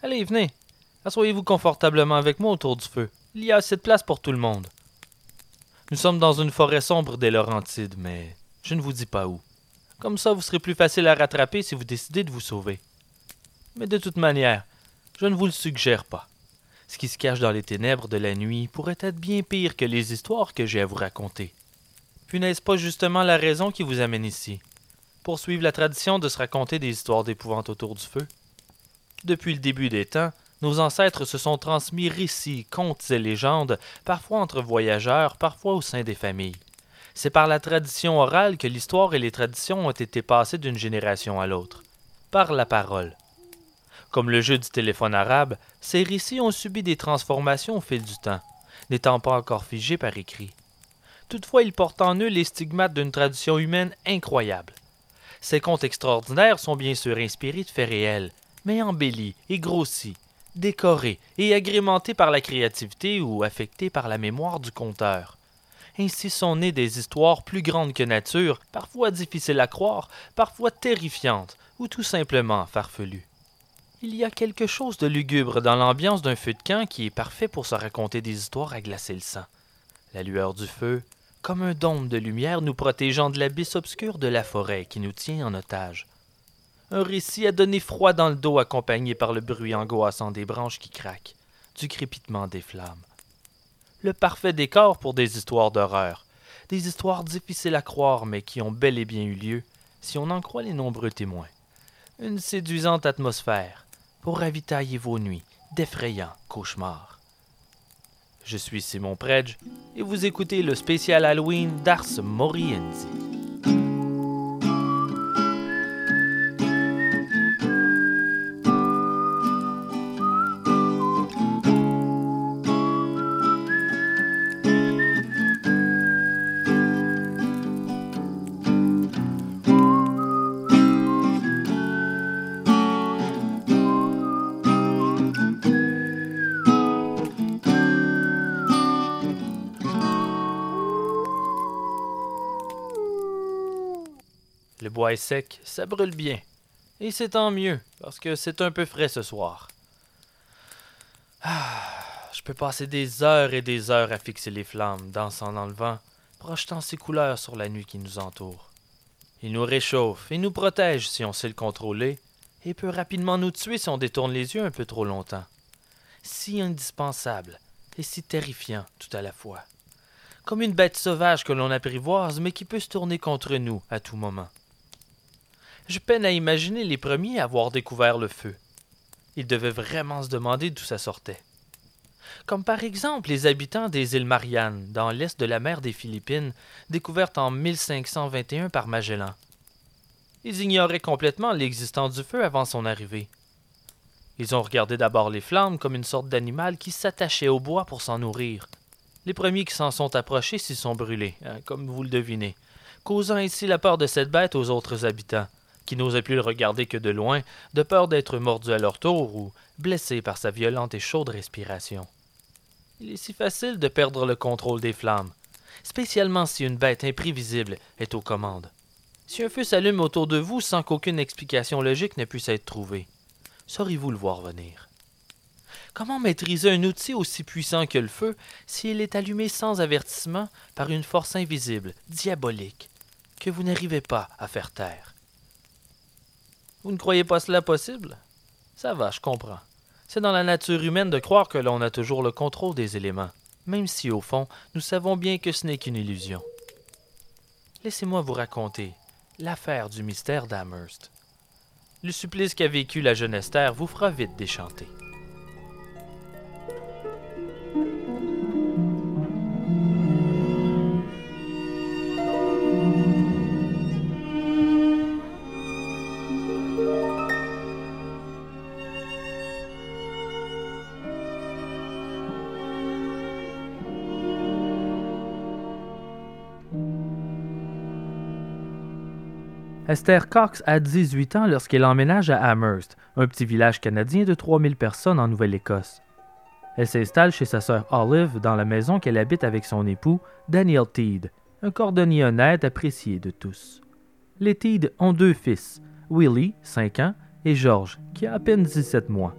Allez, venez. Asseyez-vous confortablement avec moi autour du feu. Il y a assez de place pour tout le monde. Nous sommes dans une forêt sombre des Laurentides, mais je ne vous dis pas où. Comme ça, vous serez plus facile à rattraper si vous décidez de vous sauver. Mais de toute manière, je ne vous le suggère pas. Ce qui se cache dans les ténèbres de la nuit pourrait être bien pire que les histoires que j'ai à vous raconter. Puis n'est-ce pas justement la raison qui vous amène ici? Poursuivre la tradition de se raconter des histoires d'épouvante autour du feu? Depuis le début des temps, nos ancêtres se sont transmis récits, contes et légendes, parfois entre voyageurs, parfois au sein des familles. C'est par la tradition orale que l'histoire et les traditions ont été passées d'une génération à l'autre, par la parole. Comme le jeu du téléphone arabe, ces récits ont subi des transformations au fil du temps, n'étant pas encore figés par écrit. Toutefois, ils portent en eux les stigmates d'une tradition humaine incroyable. Ces contes extraordinaires sont bien sûr inspirés de faits réels, mais embellis et grossis, décorés et agrémentés par la créativité ou affectés par la mémoire du conteur. Ainsi sont nées des histoires plus grandes que nature, parfois difficiles à croire, parfois terrifiantes ou tout simplement farfelues. Il y a quelque chose de lugubre dans l'ambiance d'un feu de camp qui est parfait pour se raconter des histoires à glacer le sang. La lueur du feu, comme un dôme de lumière nous protégeant de l'abysse obscur de la forêt qui nous tient en otage. Un récit à donner froid dans le dos accompagné par le bruit angoissant des branches qui craquent, du crépitement des flammes. Le parfait décor pour des histoires d'horreur, des histoires difficiles à croire mais qui ont bel et bien eu lieu, si on en croit les nombreux témoins. Une séduisante atmosphère pour ravitailler vos nuits d'effrayants cauchemars. Je suis Simon Predge et vous écoutez le spécial Halloween d'Ars Moriendi. Le bois est sec, ça brûle bien. Et c'est tant mieux, parce que c'est un peu frais ce soir. Je peux passer des heures et des heures à fixer les flammes, dansant dans le vent, projetant ses couleurs sur la nuit qui nous entoure. Il nous réchauffe et nous protège si on sait le contrôler, et peut rapidement nous tuer si on détourne les yeux un peu trop longtemps. Si indispensable et si terrifiant tout à la fois. Comme une bête sauvage que l'on apprivoise, mais qui peut se tourner contre nous à tout moment. Je peine à imaginer les premiers à avoir découvert le feu. Ils devaient vraiment se demander d'où ça sortait. Comme par exemple les habitants des îles Mariannes, dans l'est de la mer des Philippines, découvertes en 1521 par Magellan. Ils ignoraient complètement l'existence du feu avant son arrivée. Ils ont regardé d'abord les flammes comme une sorte d'animal qui s'attachait au bois pour s'en nourrir. Les premiers qui s'en sont approchés s'y sont brûlés, comme vous le devinez, causant ainsi la peur de cette bête aux autres habitants, qui n'osaient plus le regarder que de loin, de peur d'être mordus à leur tour ou blessés par sa violente et chaude respiration. Il est si facile de perdre le contrôle des flammes, spécialement si une bête imprévisible est aux commandes. Si un feu s'allume autour de vous sans qu'aucune explication logique ne puisse être trouvée, saurez-vous le voir venir? Comment maîtriser un outil aussi puissant que le feu s'il est allumé sans avertissement par une force invisible, diabolique, que vous n'arrivez pas à faire taire? Vous ne croyez pas cela possible? Ça va, je comprends. C'est dans la nature humaine de croire que l'on a toujours le contrôle des éléments, même si, au fond, nous savons bien que ce n'est qu'une illusion. Laissez-moi vous raconter l'affaire du mystère d'Amherst. Le supplice qu'a vécu la jeune Esther vous fera vite déchanter. Esther Cox a 18 ans lorsqu'elle emménage à Amherst, un petit village canadien de 3000 personnes en Nouvelle-Écosse. Elle s'installe chez sa sœur Olive dans la maison qu'elle habite avec son époux, Daniel Teed, un cordonnier honnête apprécié de tous. Les Teed ont 2 fils, Willie, 5 ans, et George, qui a à peine 17 mois.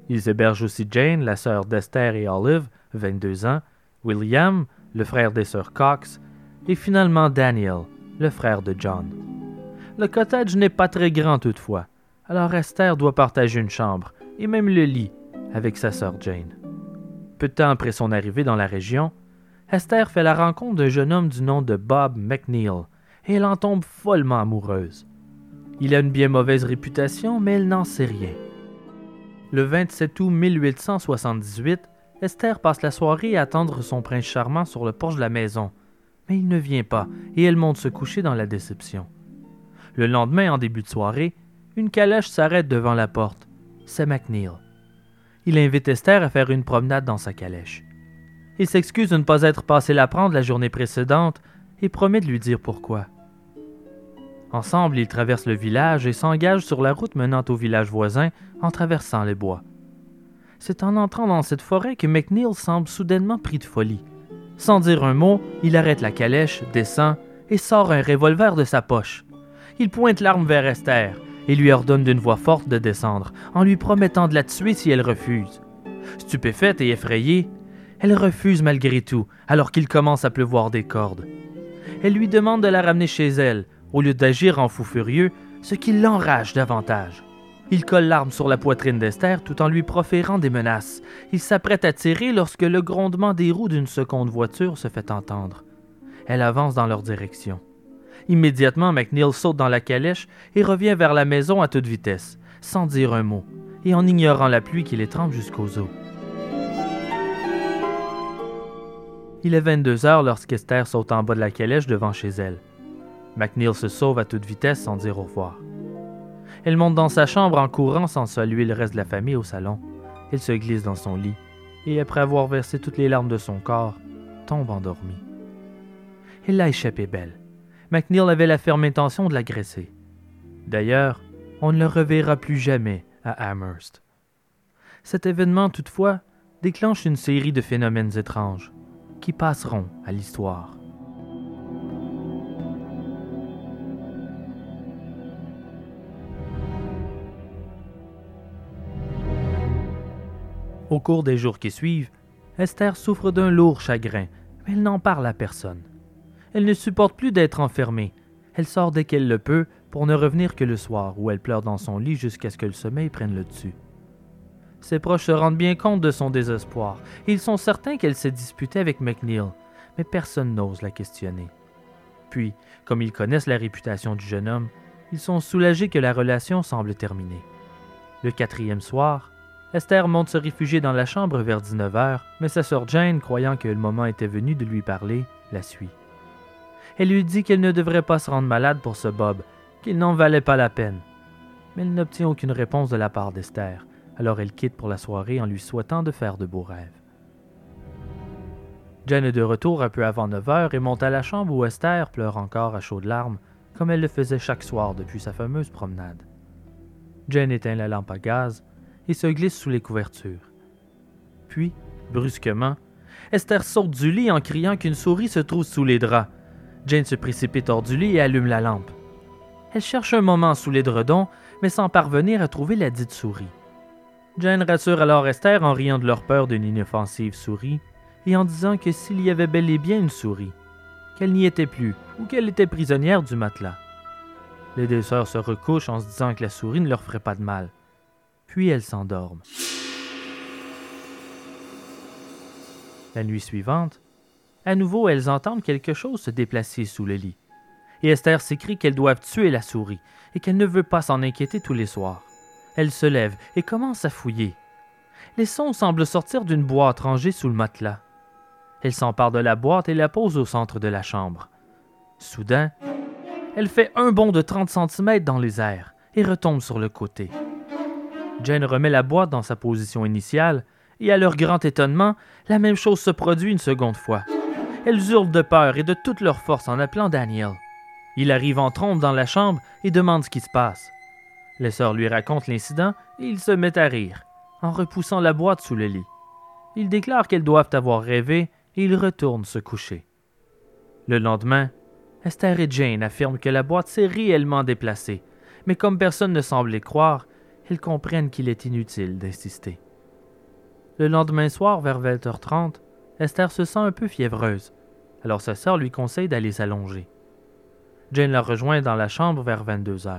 Ils hébergent aussi Jane, la sœur d'Esther et Olive, 22 ans, William, le frère des sœurs Cox, et finalement Daniel, le frère de John. Le cottage n'est pas très grand toutefois, alors Esther doit partager une chambre, et même le lit, avec sa sœur Jane. Peu de temps après son arrivée dans la région, Esther fait la rencontre d'un jeune homme du nom de Bob McNeil, et elle en tombe follement amoureuse. Il a une bien mauvaise réputation, mais elle n'en sait rien. Le 27 août 1878, Esther passe la soirée à attendre son prince charmant sur le porche de la maison, mais il ne vient pas et elle monte se coucher dans la déception. Le lendemain, en début de soirée, une calèche s'arrête devant la porte. C'est McNeil. Il invite Esther à faire une promenade dans sa calèche. Il s'excuse de ne pas être passé la prendre la journée précédente et promet de lui dire pourquoi. Ensemble, ils traversent le village et s'engagent sur la route menant au village voisin en traversant les bois. C'est en entrant dans cette forêt que McNeil semble soudainement pris de folie. Sans dire un mot, il arrête la calèche, descend et sort un revolver de sa poche. Il pointe l'arme vers Esther et lui ordonne d'une voix forte de descendre, en lui promettant de la tuer si elle refuse. Stupéfaite et effrayée, elle refuse malgré tout, alors qu'il commence à pleuvoir des cordes. Elle lui demande de la ramener chez elle, au lieu d'agir en fou furieux, ce qui l'enrage davantage. Il colle l'arme sur la poitrine d'Esther tout en lui proférant des menaces. Il s'apprête à tirer lorsque le grondement des roues d'une seconde voiture se fait entendre. Elle avance dans leur direction. Immédiatement, McNeil saute dans la calèche et revient vers la maison à toute vitesse, sans dire un mot, et en ignorant la pluie qui les trempe jusqu'aux os. Il est 22 heures lorsqu'Esther saute en bas de la calèche devant chez elle. McNeil se sauve à toute vitesse sans dire au revoir. Elle monte dans sa chambre en courant sans saluer le reste de la famille au salon. Elle se glisse dans son lit et, après avoir versé toutes les larmes de son corps, tombe endormie. Elle l'a échappé belle. McNeil avait la ferme intention de l'agresser. D'ailleurs, on ne le reverra plus jamais à Amherst. Cet événement, toutefois, déclenche une série de phénomènes étranges qui passeront à l'histoire. Au cours des jours qui suivent, Esther souffre d'un lourd chagrin, mais elle n'en parle à personne. Elle ne supporte plus d'être enfermée. Elle sort dès qu'elle le peut pour ne revenir que le soir, où elle pleure dans son lit jusqu'à ce que le sommeil prenne le dessus. Ses proches se rendent bien compte de son désespoir, et ils sont certains qu'elle s'est disputée avec McNeil, mais personne n'ose la questionner. Puis, comme ils connaissent la réputation du jeune homme, ils sont soulagés que la relation semble terminée. Le 4e soir, Esther monte se réfugier dans la chambre vers 19 heures, mais sa sœur Jane, croyant que le moment était venu de lui parler, la suit. Elle lui dit qu'elle ne devrait pas se rendre malade pour ce Bob, qu'il n'en valait pas la peine. Mais elle n'obtient aucune réponse de la part d'Esther, alors elle quitte pour la soirée en lui souhaitant de faire de beaux rêves. Jane est de retour un peu avant 9 heures et monte à la chambre où Esther pleure encore à chaudes larmes, comme elle le faisait chaque soir depuis sa fameuse promenade. Jane éteint la lampe à gaz et se glisse sous les couvertures. Puis, brusquement, Esther saute du lit en criant qu'une souris se trouve sous les draps. Jane se précipite hors du lit et allume la lampe. Elle cherche un moment sous l'édredon, mais sans parvenir à trouver la dite souris. Jane rassure alors Esther en riant de leur peur d'une inoffensive souris et en disant que s'il y avait bel et bien une souris, qu'elle n'y était plus ou qu'elle était prisonnière du matelas. Les deux sœurs se recouchent en se disant que la souris ne leur ferait pas de mal. Puis elles s'endorment. La nuit suivante, à nouveau elles entendent quelque chose se déplacer sous le lit. Et Esther s'écrie qu'elles doivent tuer la souris et qu'elle ne veut pas s'en inquiéter tous les soirs. Elle se lève et commence à fouiller. Les sons semblent sortir d'une boîte rangée sous le matelas. Elle s'empare de la boîte et la pose au centre de la chambre. Soudain, elle fait un bond de 30 cm dans les airs et retombe sur le côté. Jane remet la boîte dans sa position initiale et à leur grand étonnement, la même chose se produit une seconde fois. Elles hurlent de peur et de toute leur force en appelant Daniel. Il arrive en trombe dans la chambre et demande ce qui se passe. Les sœurs lui racontent l'incident et il se met à rire, en repoussant la boîte sous le lit. Il déclare qu'elles doivent avoir rêvé et il retourne se coucher. Le lendemain, Esther et Jane affirment que la boîte s'est réellement déplacée, mais comme personne ne semble les croire, elles comprennent qu'il est inutile d'insister. Le lendemain soir, vers 20h30, Esther se sent un peu fiévreuse. Alors sa sœur lui conseille d'aller s'allonger. Jane la rejoint dans la chambre vers 22h.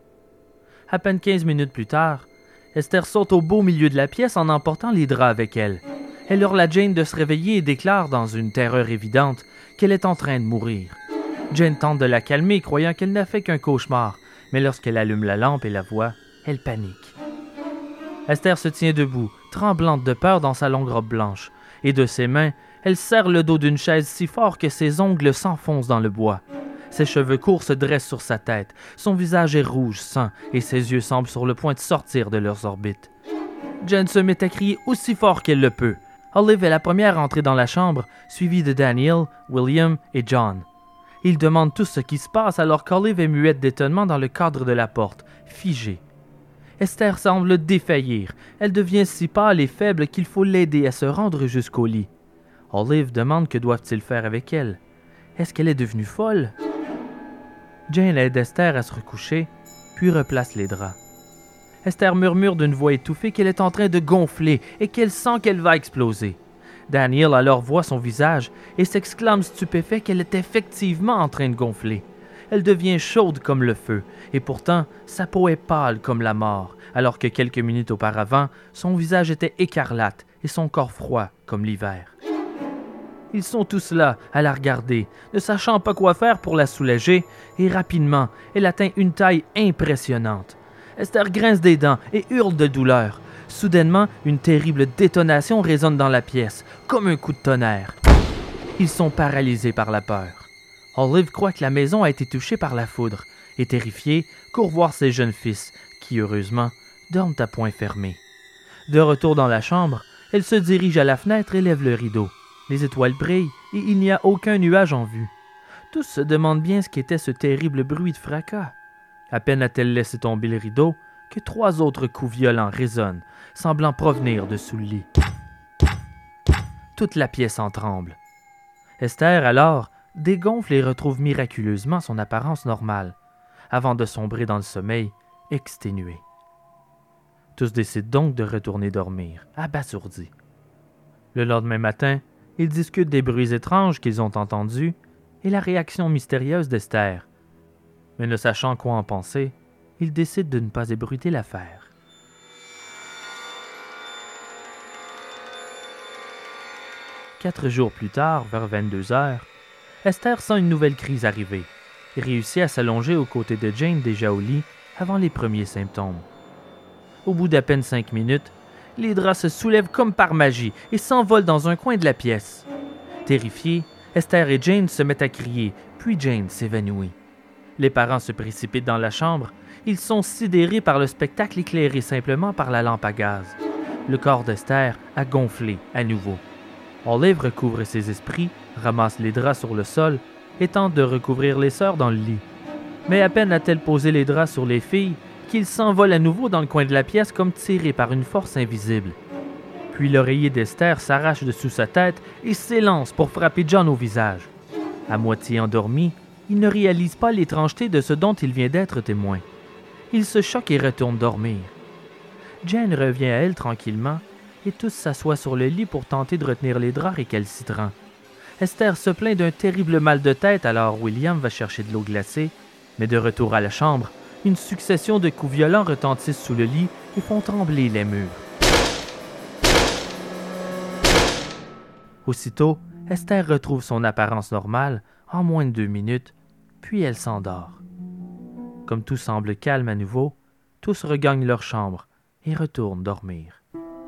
À peine 15 minutes plus tard, Esther saute au beau milieu de la pièce en emportant les draps avec elle. Elle hurle à Jane de se réveiller et déclare, dans une terreur évidente, qu'elle est en train de mourir. Jane tente de la calmer, croyant qu'elle n'a fait qu'un cauchemar, mais lorsqu'elle allume la lampe et la voit, elle panique. Esther se tient debout, tremblante de peur dans sa longue robe blanche, et de ses mains, elle serre le dos d'une chaise si fort que ses ongles s'enfoncent dans le bois. Ses cheveux courts se dressent sur sa tête, son visage est rouge, sang, et ses yeux semblent sur le point de sortir de leurs orbites. Jane se met à crier aussi fort qu'elle le peut. Olive est la première à entrer dans la chambre, suivie de Daniel, William et John. Ils demandent tout ce qui se passe alors qu'Olive est muette d'étonnement dans le cadre de la porte, figée. Esther semble défaillir. Elle devient si pâle et faible qu'il faut l'aider à se rendre jusqu'au lit. Olive demande que doivent-ils faire avec elle. Est-ce qu'elle est devenue folle? Jane aide Esther à se recoucher, puis replace les draps. Esther murmure d'une voix étouffée qu'elle est en train de gonfler et qu'elle sent qu'elle va exploser. Daniel alors voit son visage et s'exclame stupéfait qu'elle est effectivement en train de gonfler. Elle devient chaude comme le feu, et pourtant sa peau est pâle comme la mort, alors que quelques minutes auparavant, son visage était écarlate et son corps froid comme l'hiver. Ils sont tous là, à la regarder, ne sachant pas quoi faire pour la soulager, et rapidement, elle atteint une taille impressionnante. Esther grince des dents et hurle de douleur. Soudainement, une terrible détonation résonne dans la pièce, comme un coup de tonnerre. Ils sont paralysés par la peur. Olive croit que la maison a été touchée par la foudre, et terrifiée, court voir ses jeunes fils, qui, heureusement, dorment à poing fermé. De retour dans la chambre, elle se dirige à la fenêtre et lève le rideau. Les étoiles brillent, et il n'y a aucun nuage en vue. Tous se demandent bien ce qu'était ce terrible bruit de fracas. À peine a-t-elle laissé tomber le rideau que 3 autres coups violents résonnent, semblant provenir de sous le lit. Toute la pièce en tremble. Esther, alors, dégonfle et retrouve miraculeusement son apparence normale, avant de sombrer dans le sommeil, exténuée. Tous décident donc de retourner dormir, abasourdis. Le lendemain matin, ils discutent des bruits étranges qu'ils ont entendus et la réaction mystérieuse d'Esther. Mais ne sachant quoi en penser, ils décident de ne pas ébruiter l'affaire. Quatre jours plus tard, vers 22h, Esther sent une nouvelle crise arriver et réussit à s'allonger aux côtés de Jane déjà au lit avant les premiers symptômes. Au bout d'à peine 5 minutes, les draps se soulèvent comme par magie et s'envolent dans un coin de la pièce. Terrifiés, Esther et Jane se mettent à crier, puis Jane s'évanouit. Les parents se précipitent dans la chambre. Ils sont sidérés par le spectacle éclairé simplement par la lampe à gaz. Le corps d'Esther a gonflé à nouveau. Olive recouvre ses esprits, ramasse les draps sur le sol et tente de recouvrir les sœurs dans le lit. Mais à peine a-t-elle posé les draps sur les filles qu'ils s'envolent à nouveau dans le coin de la pièce comme tirés par une force invisible. Puis l'oreiller d'Esther s'arrache de sous sa tête et s'élance pour frapper John au visage. À moitié endormi, il ne réalise pas l'étrangeté de ce dont il vient d'être témoin. Il se choque et retourne dormir. Jane revient à elle tranquillement et tous s'assoient sur le lit pour tenter de retenir les draps récalcitrants. Esther se plaint d'un terrible mal de tête alors William va chercher de l'eau glacée, mais de retour à la chambre, une succession de coups violents retentissent sous le lit et font trembler les murs. Aussitôt, Esther retrouve son apparence normale en moins de 2 minutes, puis elle s'endort. Comme tout semble calme à nouveau, tous regagnent leur chambre et retournent dormir.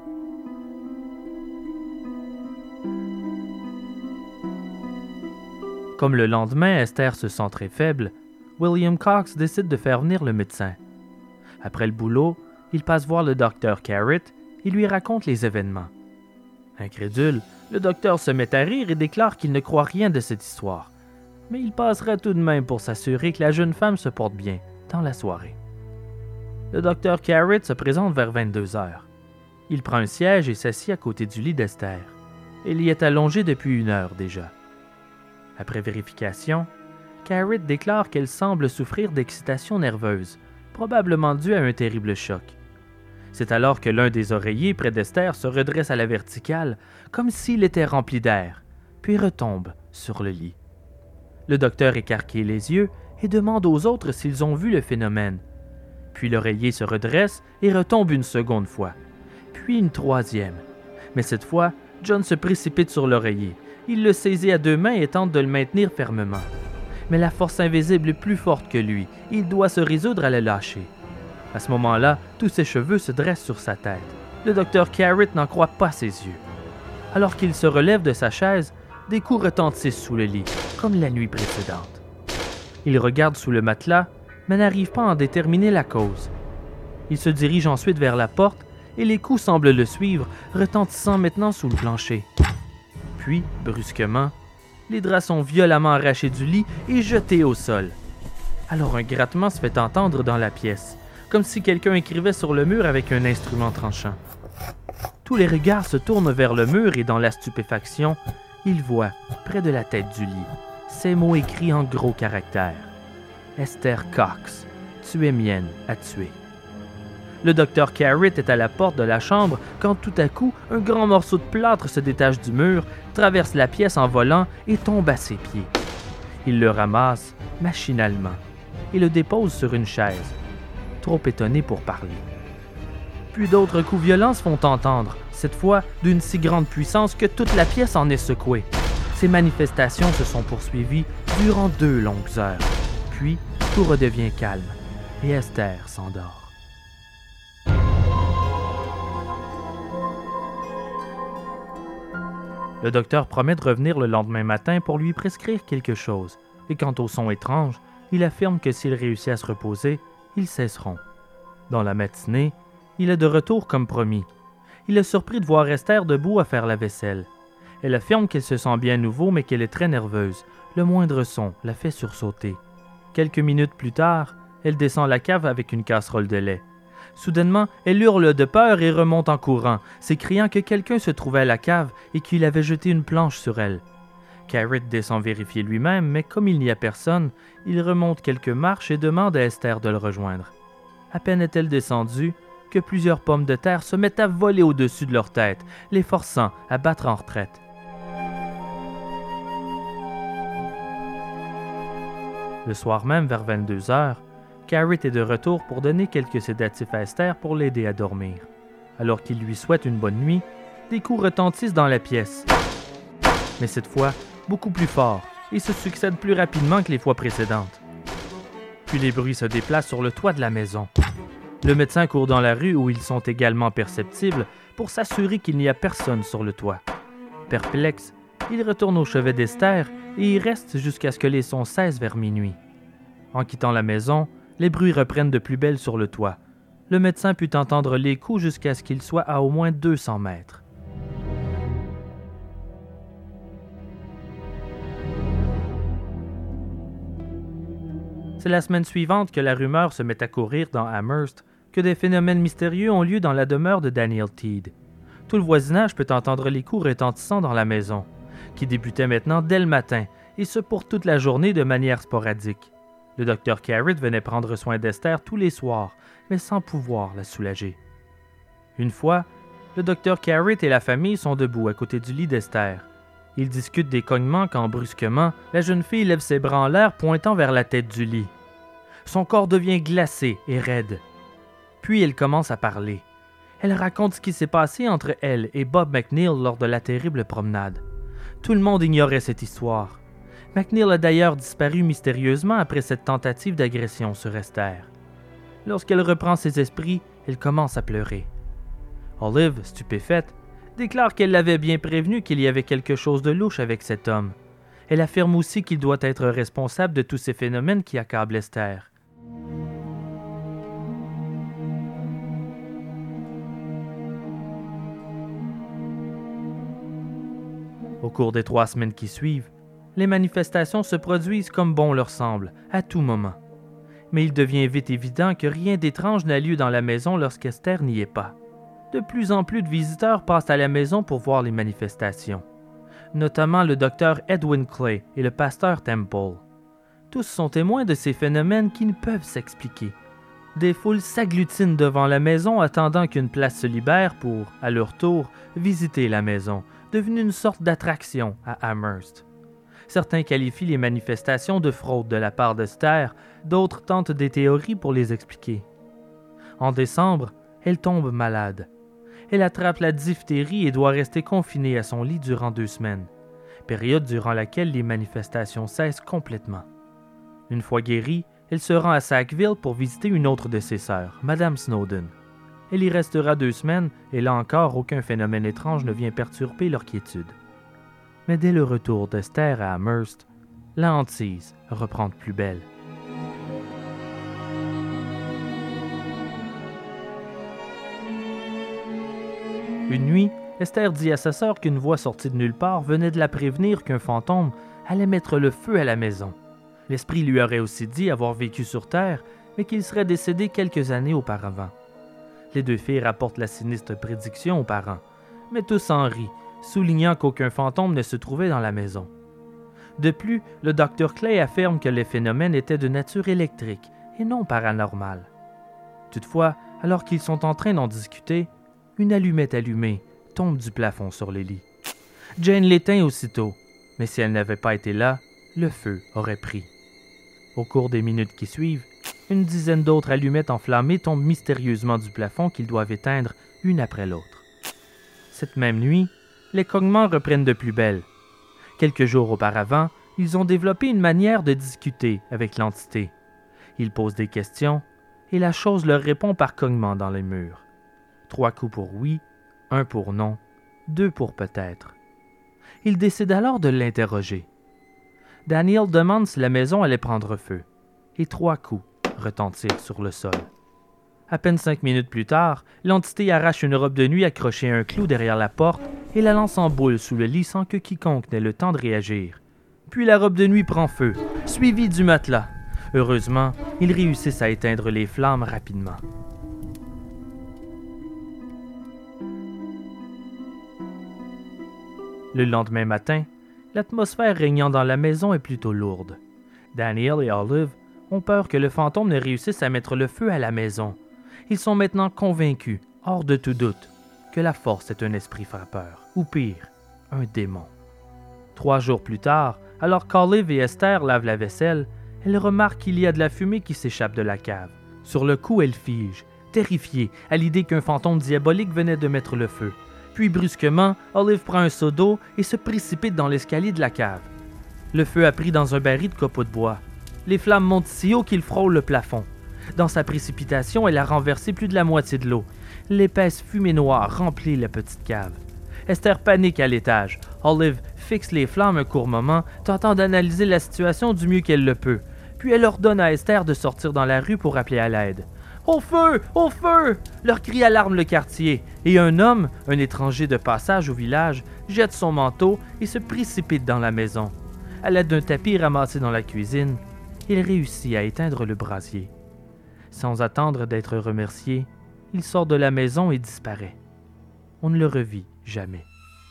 Comme le lendemain, Esther se sent très faible, William Cox décide de faire venir le médecin. Après le boulot, il passe voir le docteur Carrot et lui raconte les événements. Incrédule, le docteur se met à rire et déclare qu'il ne croit rien de cette histoire, mais il passera tout de même pour s'assurer que la jeune femme se porte bien dans la soirée. Le docteur Carrot se présente vers 22h. Il prend un siège et s'assied à côté du lit d'Esther. Elle y est allongée depuis 1 heure déjà. Après vérification, Carrot déclare qu'elle semble souffrir d'excitation nerveuse, probablement due à un terrible choc. C'est alors que l'un des oreillers près d'Esther se redresse à la verticale, comme s'il était rempli d'air, puis retombe sur le lit. Le docteur écarquille les yeux et demande aux autres s'ils ont vu le phénomène. Puis l'oreiller se redresse et retombe une seconde fois, puis une troisième. Mais cette fois, John se précipite sur l'oreiller. Il le saisit à deux mains et tente de le maintenir fermement. Mais la force invisible est plus forte que lui. Il doit se résoudre à le lâcher. À ce moment-là, tous ses cheveux se dressent sur sa tête. Le docteur Carrot n'en croit pas ses yeux. Alors qu'il se relève de sa chaise, des coups retentissent sous le lit, comme la nuit précédente. Il regarde sous le matelas, mais n'arrive pas à en déterminer la cause. Il se dirige ensuite vers la porte et les coups semblent le suivre, retentissant maintenant sous le plancher. Puis, brusquement, les draps sont violemment arrachés du lit et jetés au sol. Alors un grattement se fait entendre dans la pièce, comme si quelqu'un écrivait sur le mur avec un instrument tranchant. Tous les regards se tournent vers le mur et dans la stupéfaction, il voit, près de la tête du lit, ces mots écrits en gros caractères. « Esther Cox, tu es mienne à tuer. » Le docteur Carrot est à la porte de la chambre quand tout à coup, un grand morceau de plâtre se détache du mur, traverse la pièce en volant et tombe à ses pieds. Il le ramasse, machinalement, et le dépose sur une chaise, trop étonné pour parler. Puis d'autres coups violents se font entendre, cette fois d'une si grande puissance que toute la pièce en est secouée. Ces manifestations se sont poursuivies durant 2 longues heures. Puis, tout redevient calme, et Esther s'endort. Le docteur promet de revenir le lendemain matin pour lui prescrire quelque chose, et quant aux sons étranges, il affirme que s'il réussit à se reposer, ils cesseront. Dans la matinée, il est de retour comme promis. Il est surpris de voir Esther debout à faire la vaisselle. Elle affirme qu'elle se sent bien nouveau mais qu'elle est très nerveuse. Le moindre son la fait sursauter. Quelques minutes plus tard, elle descend la cave avec une casserole de lait. Soudainement, elle hurle de peur et remonte en courant, s'écriant que quelqu'un se trouvait à la cave et qu'il avait jeté une planche sur elle. Carrot descend vérifier lui-même, mais comme il n'y a personne, il remonte quelques marches et demande à Esther de le rejoindre. À peine est-elle descendue que plusieurs pommes de terre se mettent à voler au-dessus de leur tête, les forçant à battre en retraite. Le soir même, vers 22 heures, Carrot est de retour pour donner quelques sédatifs à Esther pour l'aider à dormir. Alors qu'il lui souhaite une bonne nuit, des coups retentissent dans la pièce. Mais cette fois, beaucoup plus forts, et se succèdent plus rapidement que les fois précédentes. Puis les bruits se déplacent sur le toit de la maison. Le médecin court dans la rue où ils sont également perceptibles pour s'assurer qu'il n'y a personne sur le toit. Perplexe, il retourne au chevet d'Esther et y reste jusqu'à ce que les sons cessent vers minuit. En quittant la maison, les bruits reprennent de plus belle sur le toit. Le médecin put entendre les coups jusqu'à ce qu'il soit à au moins 200 mètres. C'est la semaine suivante que la rumeur se met à courir dans Amherst que des phénomènes mystérieux ont lieu dans la demeure de Daniel Teed. Tout le voisinage peut entendre les coups retentissants dans la maison, qui débutait maintenant dès le matin, et ce pour toute la journée de manière sporadique. Le docteur Carrot venait prendre soin d'Esther tous les soirs, mais sans pouvoir la soulager. Une fois, le docteur Carrot et la famille sont debout à côté du lit d'Esther. Ils discutent des cognements quand, brusquement, la jeune fille lève ses bras en l'air pointant vers la tête du lit. Son corps devient glacé et raide. Puis elle commence à parler. Elle raconte ce qui s'est passé entre elle et Bob McNeil lors de la terrible promenade. Tout le monde ignorait cette histoire. McNeil a d'ailleurs disparu mystérieusement après cette tentative d'agression sur Esther. Lorsqu'elle reprend ses esprits, elle commence à pleurer. Olive, stupéfaite, déclare qu'elle l'avait bien prévenu qu'il y avait quelque chose de louche avec cet homme. Elle affirme aussi qu'il doit être responsable de tous ces phénomènes qui accablent Esther. Au cours des 3 semaines qui suivent, les manifestations se produisent comme bon leur semble, à tout moment. Mais il devient vite évident que rien d'étrange n'a lieu dans la maison lorsqu'Esther n'y est pas. De plus en plus de visiteurs passent à la maison pour voir les manifestations, notamment le docteur Edwin Clay et le pasteur Temple. Tous sont témoins de ces phénomènes qui ne peuvent s'expliquer. Des foules s'agglutinent devant la maison attendant qu'une place se libère pour, à leur tour, visiter la maison, devenue une sorte d'attraction à Amherst. Certains qualifient les manifestations de fraude de la part d'Esther, d'autres tentent des théories pour les expliquer. En décembre, elle tombe malade. Elle attrape la diphtérie et doit rester confinée à son lit durant 2 semaines, période durant laquelle les manifestations cessent complètement. Une fois guérie, elle se rend à Sackville pour visiter une autre de ses sœurs, Madame Snowden. Elle y restera 2 semaines et là encore, aucun phénomène étrange ne vient perturber leur quiétude. Mais dès le retour d'Esther à Amherst, la hantise reprend de plus belle. Une nuit, Esther dit à sa sœur qu'une voix sortie de nulle part venait de la prévenir qu'un fantôme allait mettre le feu à la maison. L'esprit lui aurait aussi dit avoir vécu sur Terre, mais qu'il serait décédé quelques années auparavant. Les 2 filles rapportent la sinistre prédiction aux parents, mais tous en rient, soulignant qu'aucun fantôme ne se trouvait dans la maison. De plus, le Dr. Clay affirme que les phénomènes étaient de nature électrique et non paranormale. Toutefois, alors qu'ils sont en train d'en discuter, une allumette allumée tombe du plafond sur les lits. Jane l'éteint aussitôt, mais si elle n'avait pas été là, le feu aurait pris. Au cours des minutes qui suivent, une dizaine d'autres allumettes enflammées tombent mystérieusement du plafond qu'ils doivent éteindre une après l'autre. Cette même nuit, les cognements reprennent de plus belle. Quelques jours auparavant, ils ont développé une manière de discuter avec l'entité. Ils posent des questions et la chose leur répond par cognement dans les murs. 3 coups pour oui, 1 pour non, 2 pour peut-être. Ils décident alors de l'interroger. Daniel demande si la maison allait prendre feu, et 3 coups retentissent sur le sol. À peine 5 minutes plus tard, l'entité arrache une robe de nuit accrochée à un clou derrière la porte et la lance en boule sous le lit sans que quiconque n'ait le temps de réagir. Puis la robe de nuit prend feu, suivie du matelas. Heureusement, ils réussissent à éteindre les flammes rapidement. Le lendemain matin, l'atmosphère régnant dans la maison est plutôt lourde. Daniel et Olive ont peur que le fantôme ne réussisse à mettre le feu à la maison. Ils sont maintenant convaincus, hors de tout doute, que la force est un esprit frappeur, ou pire, un démon. 3 jours plus tard, alors qu'Olive et Esther lavent la vaisselle, elles remarquent qu'il y a de la fumée qui s'échappe de la cave. Sur le coup, elles figent, terrifiées à l'idée qu'un fantôme diabolique venait de mettre le feu. Puis brusquement, Olive prend un seau d'eau et se précipite dans l'escalier de la cave. Le feu a pris dans un baril de copeaux de bois. Les flammes montent si haut qu'ils frôlent le plafond. Dans sa précipitation, elle a renversé plus de la moitié de l'eau. L'épaisse fumée noire remplit la petite cave. Esther panique à l'étage. Olive fixe les flammes un court moment, tentant d'analyser la situation du mieux qu'elle le peut. Puis elle ordonne à Esther de sortir dans la rue pour appeler à l'aide. « Au feu! Au feu !» Leur cri alarme le quartier, et un homme, un étranger de passage au village, jette son manteau et se précipite dans la maison. À l'aide d'un tapis ramassé dans la cuisine, il réussit à éteindre le brasier. Sans attendre d'être remercié, il sort de la maison et disparaît. On ne le revit jamais.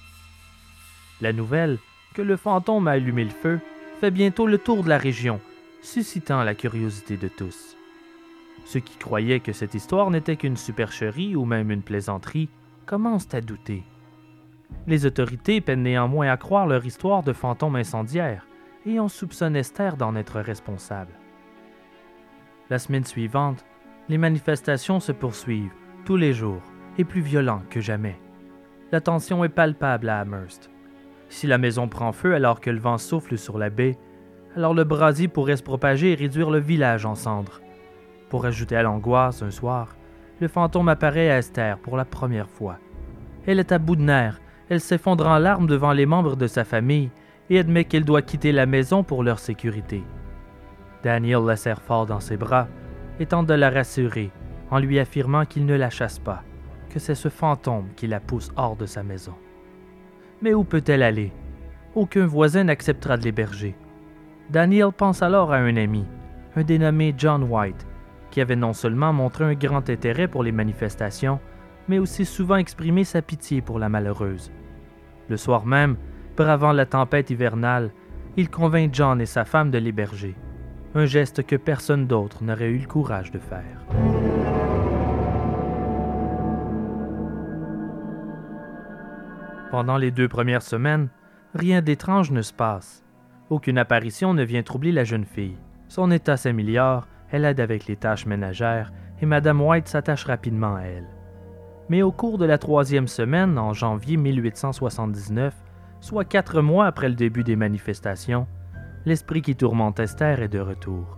La nouvelle, que le fantôme a allumé le feu, fait bientôt le tour de la région, suscitant la curiosité de tous. Ceux qui croyaient que cette histoire n'était qu'une supercherie ou même une plaisanterie commencent à douter. Les autorités peinent néanmoins à croire leur histoire de fantôme incendiaire et on soupçonne Esther d'en être responsable. La semaine suivante, les manifestations se poursuivent, tous les jours, et plus violentes que jamais. La tension est palpable à Amherst. Si la maison prend feu alors que le vent souffle sur la baie, alors le brasier pourrait se propager et réduire le village en cendres. Pour ajouter à l'angoisse, un soir, le fantôme apparaît à Esther pour la première fois. Elle est à bout de nerfs, elle s'effondre en larmes devant les membres de sa famille et admet qu'elle doit quitter la maison pour leur sécurité. Daniel la serre fort dans ses bras et tente de la rassurer en lui affirmant qu'il ne la chasse pas, que c'est ce fantôme qui la pousse hors de sa maison. Mais où peut-elle aller? Aucun voisin n'acceptera de l'héberger. Daniel pense alors à un ami, un dénommé John White, qui avait non seulement montré un grand intérêt pour les manifestations, mais aussi souvent exprimé sa pitié pour la malheureuse. Le soir même, bravant la tempête hivernale, il convainc John et sa femme de l'héberger. un geste que personne d'autre n'aurait eu le courage de faire. Pendant les 2 premières semaines, rien d'étrange ne se passe. Aucune apparition ne vient troubler la jeune fille. Son état s'améliore, elle aide avec les tâches ménagères et Madame White s'attache rapidement à elle. Mais au cours de la 3e semaine, en janvier 1879, soit 4 mois après le début des manifestations, l'esprit qui tourmente Esther est de retour.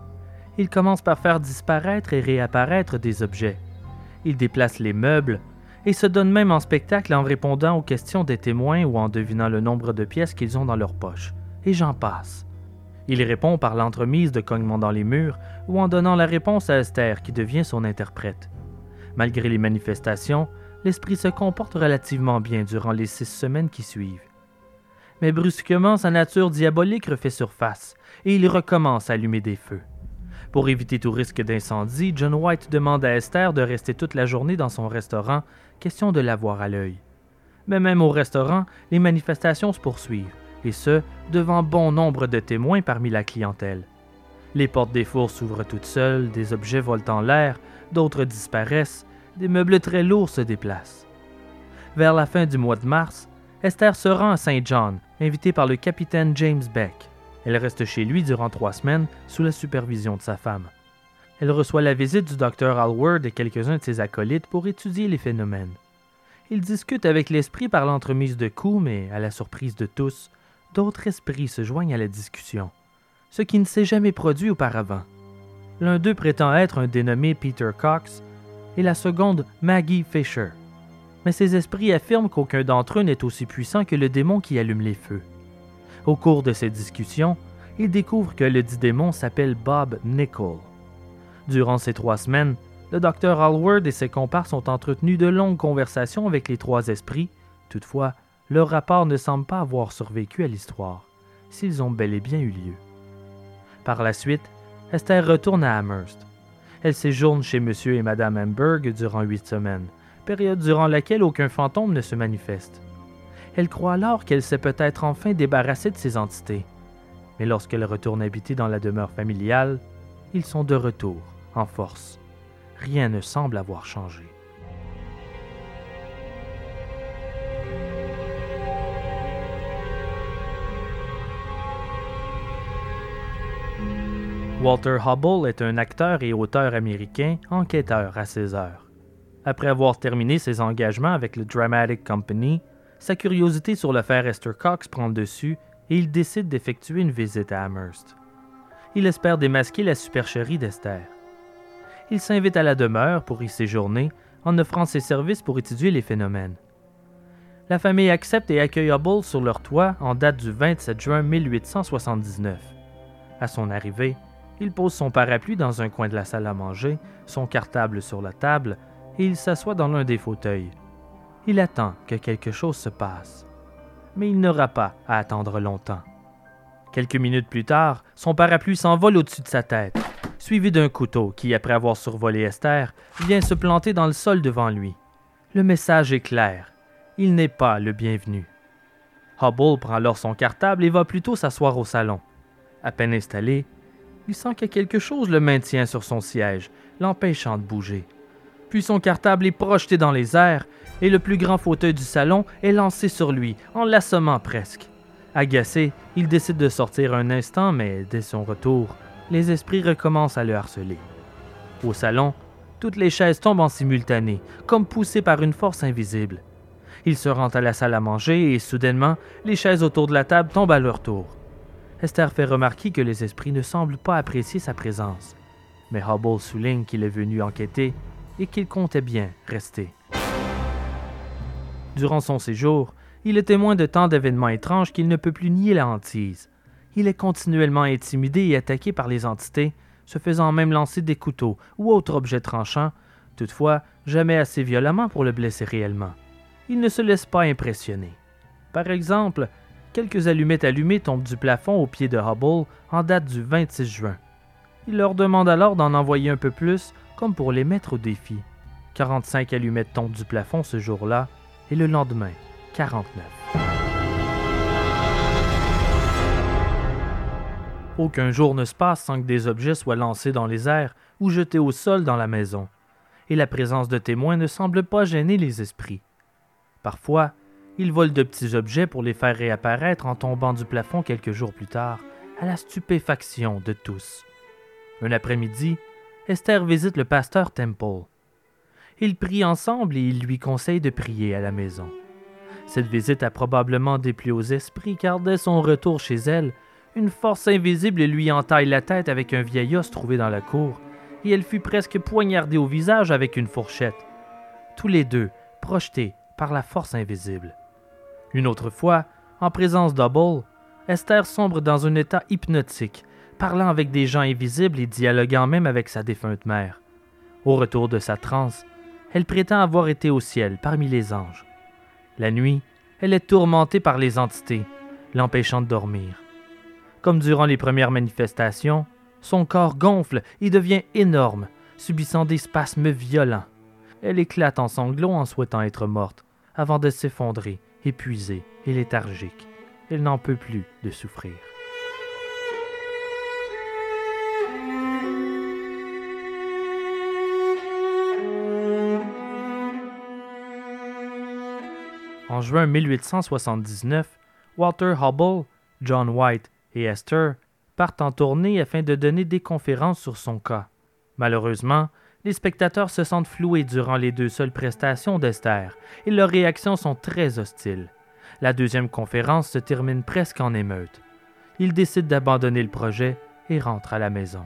Il commence par faire disparaître et réapparaître des objets. Il déplace les meubles et se donne même en spectacle en répondant aux questions des témoins ou en devinant le nombre de pièces qu'ils ont dans leur poche. Et j'en passe. Il répond par l'entremise de cognements dans les murs ou en donnant la réponse à Esther qui devient son interprète. Malgré les manifestations, l'esprit se comporte relativement bien durant les 6 semaines qui suivent. Mais brusquement, sa nature diabolique refait surface et il recommence à allumer des feux. Pour éviter tout risque d'incendie, John White demande à Esther de rester toute la journée dans son restaurant, question de l'avoir à l'œil. Mais même au restaurant, les manifestations se poursuivent, et ce, devant bon nombre de témoins parmi la clientèle. Les portes des fours s'ouvrent toutes seules, des objets volent en l'air, d'autres disparaissent, des meubles très lourds se déplacent. Vers la fin du mois de mars, Esther se rend à Saint John, invitée par le capitaine James Beck. Elle reste chez lui durant 3 semaines sous la supervision de sa femme. Elle reçoit la visite du docteur Hallward et quelques-uns de ses acolytes pour étudier les phénomènes. Ils discutent avec l'esprit par l'entremise de coups, mais à la surprise de tous, d'autres esprits se joignent à la discussion, ce qui ne s'est jamais produit auparavant. L'un d'eux prétend être un dénommé Peter Cox et la seconde Maggie Fisher. Mais ces esprits affirment qu'aucun d'entre eux n'est aussi puissant que le démon qui allume les feux. Au cours de ces discussions, ils découvrent que le dit démon s'appelle Bob Nickel. Durant ces 3 semaines, le docteur Hallward et ses comparses ont entretenu de longues conversations avec les 3 esprits. Toutefois, leur rapport ne semble pas avoir survécu à l'histoire, s'ils ont bel et bien eu lieu. Par la suite, Esther retourne à Amherst. Elle séjourne chez M. et Mme Hamburg durant 8 semaines, période durant laquelle aucun fantôme ne se manifeste. Elle croit alors qu'elle s'est peut-être enfin débarrassée de ces entités. Mais lorsqu'elle retourne habiter dans la demeure familiale, ils sont de retour, en force. Rien ne semble avoir changé. Walter Hubble est un acteur et auteur américain, enquêteur à ses heures. Après avoir terminé ses engagements avec le Dramatic Company, sa curiosité sur l'affaire Esther Cox prend le dessus et il décide d'effectuer une visite à Amherst. Il espère démasquer la supercherie d'Esther. Il s'invite à la demeure pour y séjourner en offrant ses services pour étudier les phénomènes. La famille accepte et accueille Hubble sur leur toit en date du 27 juin 1879. À son arrivée, il pose son parapluie dans un coin de la salle à manger, son cartable sur la table, et il s'assoit dans l'un des fauteuils. Il attend que quelque chose se passe. Mais il n'aura pas à attendre longtemps. Quelques minutes plus tard, son parapluie s'envole au-dessus de sa tête, suivi d'un couteau qui, après avoir survolé Esther, vient se planter dans le sol devant lui. Le message est clair. Il n'est pas le bienvenu. Hubble prend alors son cartable et va plutôt s'asseoir au salon. À peine installé, il sent que quelque chose le maintient sur son siège, l'empêchant de bouger. Puis son cartable est projeté dans les airs et le plus grand fauteuil du salon est lancé sur lui, en l'assommant presque. Agacé, il décide de sortir un instant, mais dès son retour, les esprits recommencent à le harceler. Au salon, toutes les chaises tombent en simultané, comme poussées par une force invisible. Il se rend à la salle à manger et soudainement, les chaises autour de la table tombent à leur tour. Esther fait remarquer que les esprits ne semblent pas apprécier sa présence, mais Hubble souligne qu'il est venu enquêter et qu'il comptait bien rester. Durant son séjour, il est témoin de tant d'événements étranges qu'il ne peut plus nier la hantise. Il est continuellement intimidé et attaqué par les entités, se faisant même lancer des couteaux ou autres objets tranchants, toutefois jamais assez violemment pour le blesser réellement. Il ne se laisse pas impressionner. Par exemple, quelques allumettes allumées tombent du plafond au pied de Hubble en date du 26 juin. Il leur demande alors d'en envoyer un peu plus, comme pour les mettre au défi. 45 allumettes tombent du plafond ce jour-là, et le lendemain, 49. Aucun jour ne se passe sans que des objets soient lancés dans les airs ou jetés au sol dans la maison, et la présence de témoins ne semble pas gêner les esprits. Parfois, ils volent de petits objets pour les faire réapparaître en tombant du plafond quelques jours plus tard, à la stupéfaction de tous. Un après-midi, Esther visite le pasteur Temple. Ils prient ensemble et il lui conseille de prier à la maison. Cette visite a probablement déplu aux esprits car dès son retour chez elle, une force invisible lui entaille la tête avec un vieil os trouvé dans la cour et elle fut presque poignardée au visage avec une fourchette. Tous les deux projetés par la force invisible. Une autre fois, en présence d'Hubble, Esther sombre dans un état hypnotique, parlant avec des gens invisibles et dialoguant même avec sa défunte mère. Au retour de sa transe, elle prétend avoir été au ciel parmi les anges. La nuit, elle est tourmentée par les entités, l'empêchant de dormir. Comme durant les premières manifestations, son corps gonfle et devient énorme, subissant des spasmes violents. Elle éclate en sanglots en souhaitant être morte, avant de s'effondrer, épuisée et léthargique. Elle n'en peut plus de souffrir. En juin 1879, Walter Hubble, John White et Esther partent en tournée afin de donner des conférences sur son cas. Malheureusement, les spectateurs se sentent floués durant les 2 seules prestations d'Esther et leurs réactions sont très hostiles. La deuxième conférence se termine presque en émeute. Ils décident d'abandonner le projet et rentrent à la maison.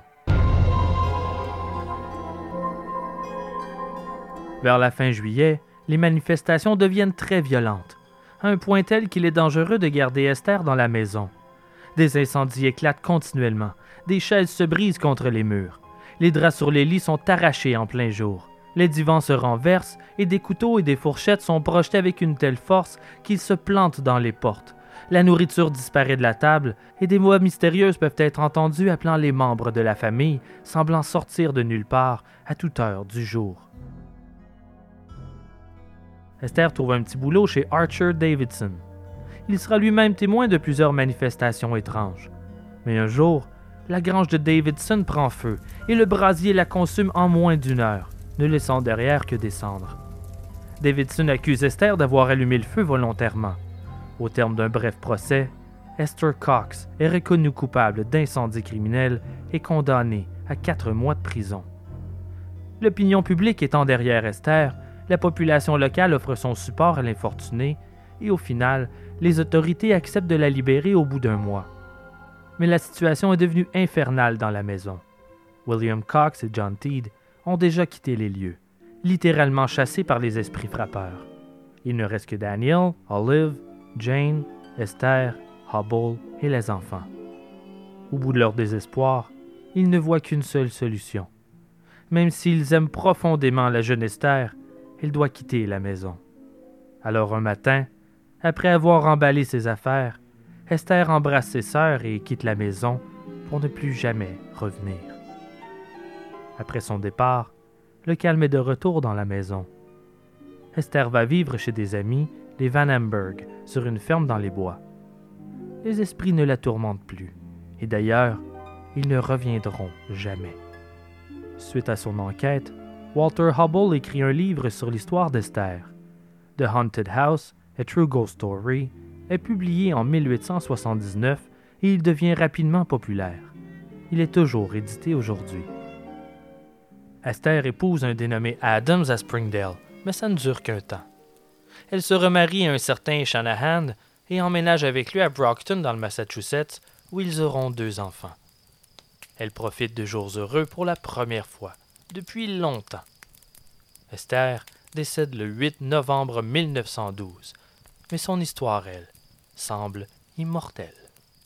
Vers la fin juillet, les manifestations deviennent très violentes, à un point tel qu'il est dangereux de garder Esther dans la maison. Des incendies éclatent continuellement, des chaises se brisent contre les murs, les draps sur les lits sont arrachés en plein jour, les divans se renversent et des couteaux et des fourchettes sont projetés avec une telle force qu'ils se plantent dans les portes. La nourriture disparaît de la table et des voix mystérieuses peuvent être entendues appelant les membres de la famille, semblant sortir de nulle part à toute heure du jour. Esther trouve un petit boulot chez Archer Davidson. Il sera lui-même témoin de plusieurs manifestations étranges. Mais un jour, la grange de Davidson prend feu et le brasier la consume en moins d'1 heure, ne laissant derrière que des cendres. Davidson accuse Esther d'avoir allumé le feu volontairement. Au terme d'un bref procès, Esther Cox est reconnue coupable d'incendie criminel et condamnée à 4 mois de prison. L'opinion publique étant derrière Esther, la population locale offre son support à l'infortunée et au final, les autorités acceptent de la libérer au bout d'1 mois. Mais la situation est devenue infernale dans la maison. William Cox et John Teed ont déjà quitté les lieux, littéralement chassés par les esprits frappeurs. Il ne reste que Daniel, Olive, Jane, Esther, Hubble et les enfants. Au bout de leur désespoir, ils ne voient qu'une seule solution. Même s'ils aiment profondément la jeune Esther, elle doit quitter la maison. Alors un matin, après avoir emballé ses affaires, Esther embrasse ses sœurs et quitte la maison pour ne plus jamais revenir. Après son départ, le calme est de retour dans la maison. Esther va vivre chez des amis, les Van Amberg, sur une ferme dans les bois. Les esprits ne la tourmentent plus, et d'ailleurs, ils ne reviendront jamais. Suite à son enquête, Walter Hubble écrit un livre sur l'histoire d'Esther. The Haunted House, A True Ghost Story, est publié en 1879 et il devient rapidement populaire. Il est toujours édité aujourd'hui. Esther épouse un dénommé Adams à Springdale, mais ça ne dure qu'un temps. Elle se remarie à un certain Shanahan et emménage avec lui à Brockton dans le Massachusetts, où ils auront 2 enfants. Elle profite de jours heureux pour la première fois, depuis longtemps. Esther décède le 8 novembre 1912, mais son histoire, elle, semble immortelle.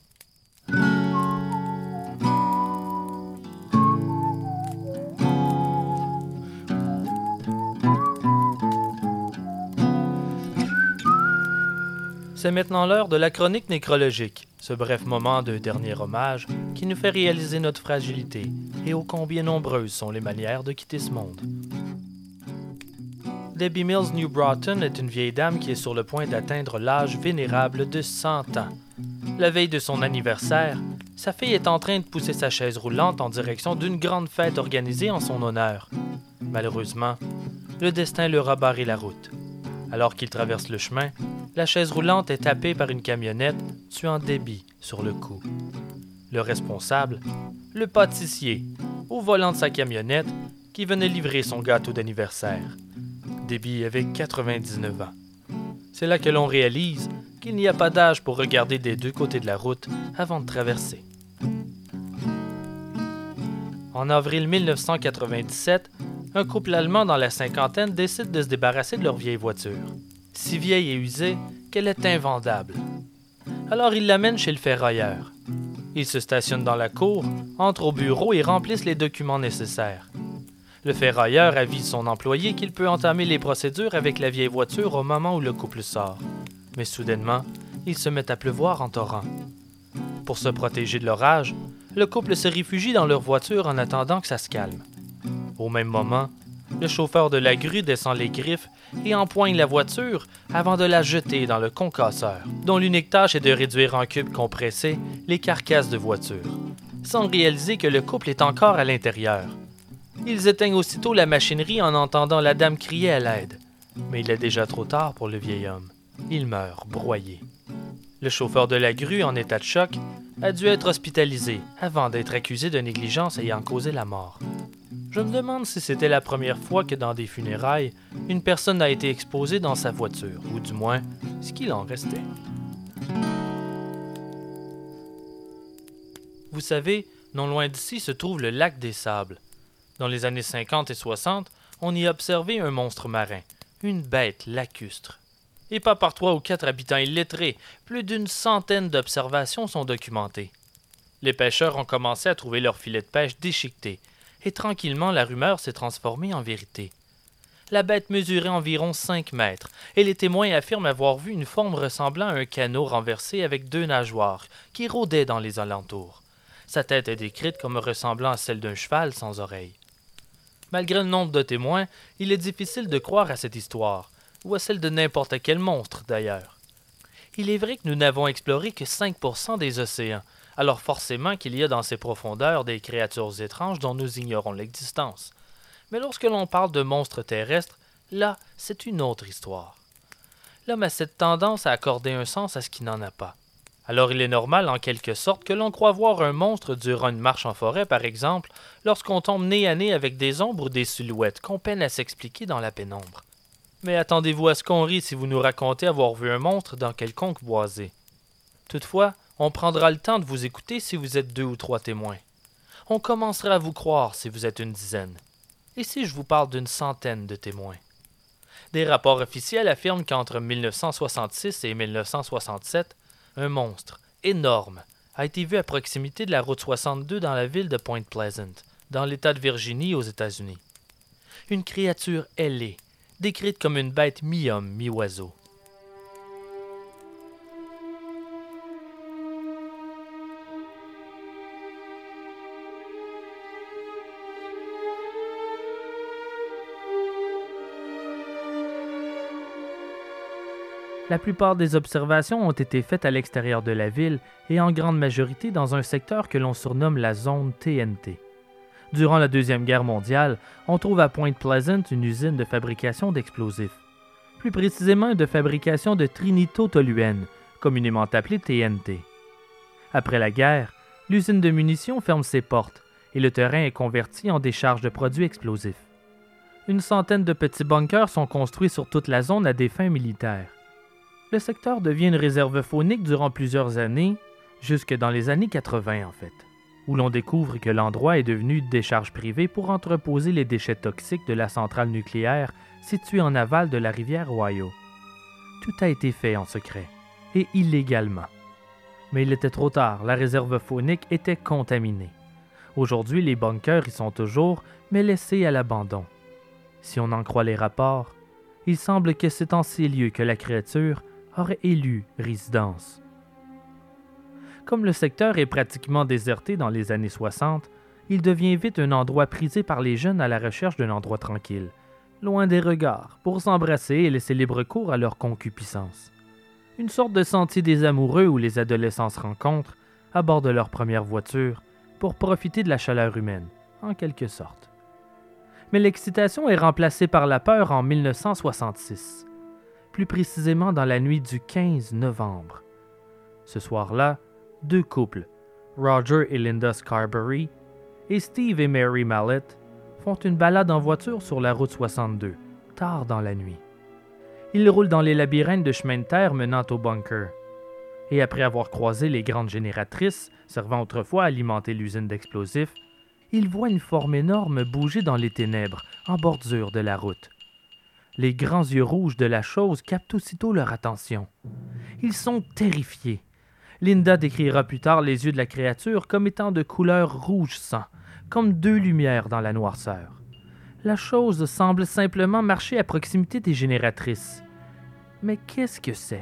C'est maintenant l'heure de la chronique nécrologique, ce bref moment de dernier hommage qui nous fait réaliser notre fragilité et ô combien nombreuses sont les manières de quitter ce monde. Debbie Mills New Broughton est une vieille dame qui est sur le point d'atteindre l'âge vénérable de 100 ans. La veille de son anniversaire, Sa fille est en train de pousser sa chaise roulante en direction d'une grande fête organisée en son honneur. Malheureusement, le destin leur a barré la route. Alors qu'il traverse le chemin, la chaise roulante est tapée par une camionnette, tuant Debbie sur le coup. Le responsable, le pâtissier, au volant de sa camionnette, qui venait livrer son gâteau d'anniversaire. Debbie avait 99 ans. C'est là que l'on réalise qu'il n'y a pas d'âge pour regarder des deux côtés de la route avant de traverser. En avril 1997, un couple allemand dans la cinquantaine décide de se débarrasser de leur vieille voiture, si vieille et usée qu'elle est invendable. Alors ils l'amènent chez le ferrailleur. Ils se stationnent dans la cour, entrent au bureau et remplissent les documents nécessaires. Le ferrailleur avise son employé qu'il peut entamer les procédures avec la vieille voiture au moment où le couple sort. Mais soudainement, il se met à pleuvoir en torrent. Pour se protéger de l'orage, le couple se réfugie dans leur voiture en attendant que ça se calme. Au même moment, le chauffeur de la grue descend les griffes et empoigne la voiture avant de la jeter dans le concasseur, dont l'unique tâche est de réduire en cubes compressés les carcasses de voitures, sans réaliser que le couple est encore à l'intérieur. Ils éteignent aussitôt la machinerie en entendant la dame crier à l'aide, mais il est déjà trop tard pour le vieil homme. Il meurt broyé. Le chauffeur de la grue, en état de choc, a dû être hospitalisé avant d'être accusé de négligence ayant causé la mort. Je me demande si c'était la première fois que dans des funérailles, une personne a été exposée dans sa voiture, ou du moins, ce qu'il en restait. Vous savez, non loin d'ici se trouve le lac des Sables. Dans les années 50 et 60, on y a observé un monstre marin, une bête lacustre. Et pas par 3 ou 4 habitants illettrés, plus d'une centaine d'observations sont documentées. Les pêcheurs ont commencé à trouver leurs filets de pêche déchiquetés, et tranquillement la rumeur s'est transformée en vérité. La bête mesurait environ 5 mètres, et les témoins affirment avoir vu une forme ressemblant à un canot renversé avec 2 nageoires, qui rôdaient dans les alentours. Sa tête est décrite comme ressemblant à celle d'un cheval sans oreilles. Malgré le nombre de témoins, il est difficile de croire à cette histoire, ou à celle de n'importe quel monstre d'ailleurs. Il est vrai que nous n'avons exploré que 5% des océans, alors forcément qu'il y a dans ces profondeurs des créatures étranges dont nous ignorons l'existence. Mais lorsque l'on parle de monstres terrestres, là, c'est une autre histoire. L'homme a cette tendance à accorder un sens à ce qui n'en a pas. Alors il est normal en quelque sorte que l'on croit voir un monstre durant une marche en forêt, par exemple, lorsqu'on tombe nez à nez avec des ombres ou des silhouettes qu'on peine à s'expliquer dans la pénombre. Mais attendez-vous à ce qu'on rit si vous nous racontez avoir vu un monstre dans quelconque boisé. Toutefois, on prendra le temps de vous écouter si vous êtes 2 ou 3 témoins. On commencera à vous croire si vous êtes une dizaine. Et si je vous parle d'une centaine de témoins? Des rapports officiels affirment qu'entre 1966 et 1967, un monstre énorme a été vu à proximité de la route 62 dans la ville de Point Pleasant, dans l'État de Virginie aux États-Unis. Une créature ailée, décrite comme une bête mi-homme, mi-oiseau. La plupart des observations ont été faites à l'extérieur de la ville et en grande majorité dans un secteur que l'on surnomme la zone TNT. Durant la Deuxième Guerre mondiale, on trouve à Point Pleasant une usine de fabrication d'explosifs. Plus précisément de fabrication de trinitotoluène, communément appelée TNT. Après la guerre, l'usine de munitions ferme ses portes et le terrain est converti en décharge de produits explosifs. Une centaine de petits bunkers sont construits sur toute la zone à des fins militaires. Le secteur devient une réserve faunique durant plusieurs années, jusque dans les années 80 en fait, où l'on découvre que l'endroit est devenu une décharge privée pour entreposer les déchets toxiques de la centrale nucléaire située en aval de la rivière Ohio. Tout a été fait en secret, et illégalement. Mais il était trop tard, la réserve faunique était contaminée. Aujourd'hui, les bunkers y sont toujours, mais laissés à l'abandon. Si on en croit les rapports, il semble que c'est en ces lieux que la créature aurait élu résidence. Comme le secteur est pratiquement déserté dans les années 60, il devient vite un endroit prisé par les jeunes à la recherche d'un endroit tranquille, loin des regards, pour s'embrasser et laisser libre cours à leur concupiscence. Une sorte de sentier des amoureux où les adolescents se rencontrent à bord de leur première voiture, pour profiter de la chaleur humaine, en quelque sorte. Mais l'excitation est remplacée par la peur en 1966, plus précisément dans la nuit du 15 novembre. Ce soir-là, deux couples, Roger et Linda Scarberry, et Steve et Mary Mallett, font une balade en voiture sur la route 62, tard dans la nuit. Ils roulent dans les labyrinthes de chemin de terre menant au bunker. Et après avoir croisé les grandes génératrices servant autrefois à alimenter l'usine d'explosifs, ils voient une forme énorme bouger dans les ténèbres, en bordure de la route. Les grands yeux rouges de la chose captent aussitôt leur attention. Ils sont terrifiés. Linda décrira plus tard les yeux de la créature comme étant de couleur rouge sang, comme deux lumières dans la noirceur. La chose semble simplement marcher à proximité des génératrices. Mais qu'est-ce que c'est?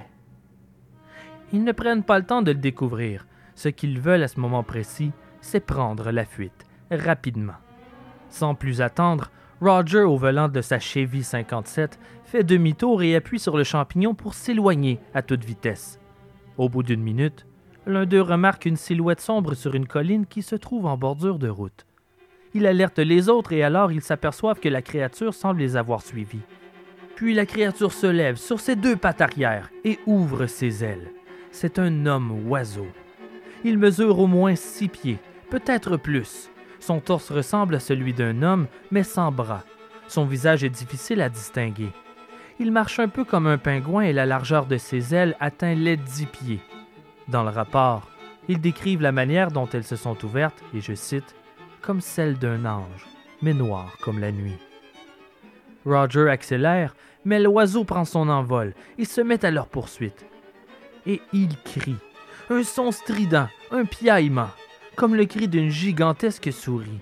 Ils ne prennent pas le temps de le découvrir. Ce qu'ils veulent à ce moment précis, c'est prendre la fuite, rapidement. Sans plus attendre, Roger, au volant de sa Chevy 57, fait demi-tour et appuie sur le champignon pour s'éloigner à toute vitesse. Au bout d'une minute, l'un d'eux remarque une silhouette sombre sur une colline qui se trouve en bordure de route. Il alerte les autres et alors ils s'aperçoivent que la créature semble les avoir suivis. Puis la créature se lève sur ses deux pattes arrière et ouvre ses ailes. C'est un homme oiseau. Il mesure au moins 6 pieds, peut-être plus. Son torse ressemble à celui d'un homme, mais sans bras. Son visage est difficile à distinguer. Il marche un peu comme un pingouin et la largeur de ses ailes atteint les 10 pieds. Dans le rapport, ils décrivent la manière dont elles se sont ouvertes, et je cite, « comme celle d'un ange, mais noir comme la nuit ». Roger accélère, mais l'oiseau prend son envol et se met à leur poursuite. Et il crie, un son strident, un piaillement, comme le cri d'une gigantesque souris.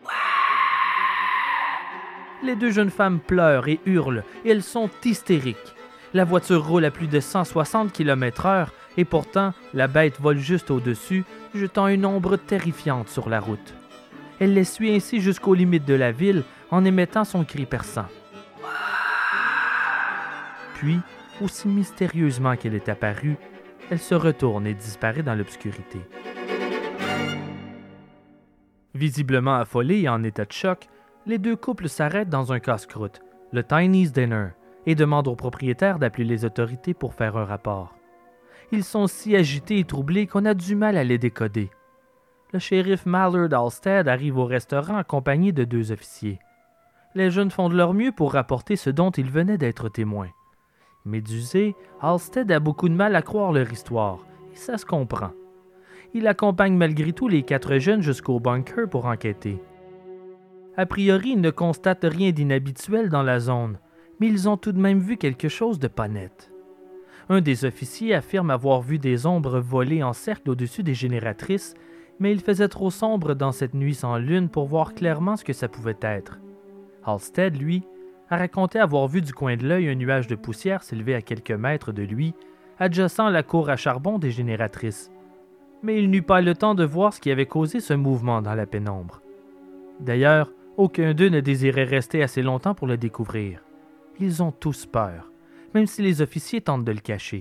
Les deux jeunes femmes pleurent et hurlent, et elles sont hystériques. La voiture roule à plus de 160 km/h, et pourtant, la bête vole juste au-dessus, jetant une ombre terrifiante sur la route. Elle les suit ainsi jusqu'aux limites de la ville, en émettant son cri perçant. Puis, aussi mystérieusement qu'elle est apparue, elle se retourne et disparaît dans l'obscurité. Visiblement affolés et en état de choc, les deux couples s'arrêtent dans un casse-croûte, le Tiny's Dinner, et demandent au propriétaire d'appeler les autorités pour faire un rapport. Ils sont si agités et troublés qu'on a du mal à les décoder. Le shérif Mallard Halstead arrive au restaurant accompagné de 2 officiers. Les jeunes font de leur mieux pour rapporter ce dont ils venaient d'être témoins. Médusé, Halstead a beaucoup de mal à croire leur histoire, et ça se comprend. Il accompagne malgré tout les 4 jeunes jusqu'au bunker pour enquêter. A priori, ils ne constatent rien d'inhabituel dans la zone, mais ils ont tout de même vu quelque chose de pas net. Un des officiers affirme avoir vu des ombres voler en cercle au-dessus des génératrices, mais il faisait trop sombre dans cette nuit sans lune pour voir clairement ce que ça pouvait être. Halstead, lui, a raconté avoir vu du coin de l'œil un nuage de poussière s'élever à quelques mètres de lui, adjacent la cour à charbon des génératrices. Mais il n'eut pas le temps de voir ce qui avait causé ce mouvement dans la pénombre. D'ailleurs, aucun d'eux ne désirait rester assez longtemps pour le découvrir. Ils ont tous peur, même si les officiers tentent de le cacher.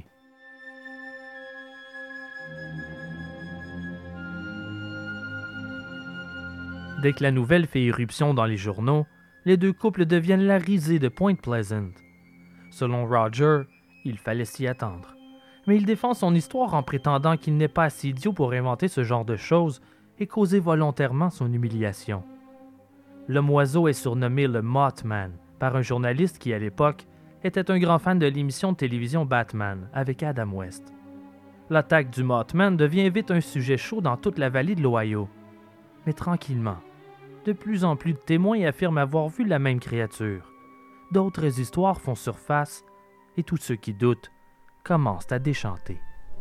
Dès que la nouvelle fait irruption dans les journaux, les deux couples deviennent la risée de Point Pleasant. Selon Roger, il fallait s'y attendre. Mais il défend son histoire en prétendant qu'il n'est pas assez idiot pour inventer ce genre de choses et causer volontairement son humiliation. L'homme oiseau est surnommé le Mothman par un journaliste qui, à l'époque, était un grand fan de l'émission de télévision Batman avec Adam West. L'attaque du Mothman devient vite un sujet chaud dans toute la vallée de l'Ohio. Mais tranquillement, de plus en plus de témoins affirment avoir vu la même créature. D'autres histoires font surface et tous ceux qui doutent commencent à déchanter.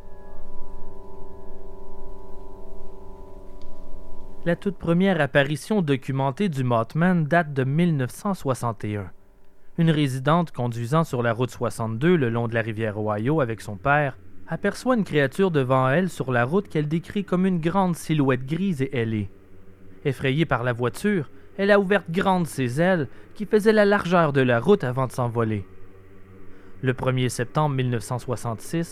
La toute première apparition documentée du Mothman date de 1961. Une résidente conduisant sur la route 62 le long de la rivière Ohio avec son père aperçoit une créature devant elle sur la route qu'elle décrit comme une grande silhouette grise et ailée. Effrayée par la voiture, elle a ouvert grandes ses ailes qui faisaient la largeur de la route avant de s'envoler. Le 1er septembre 1966,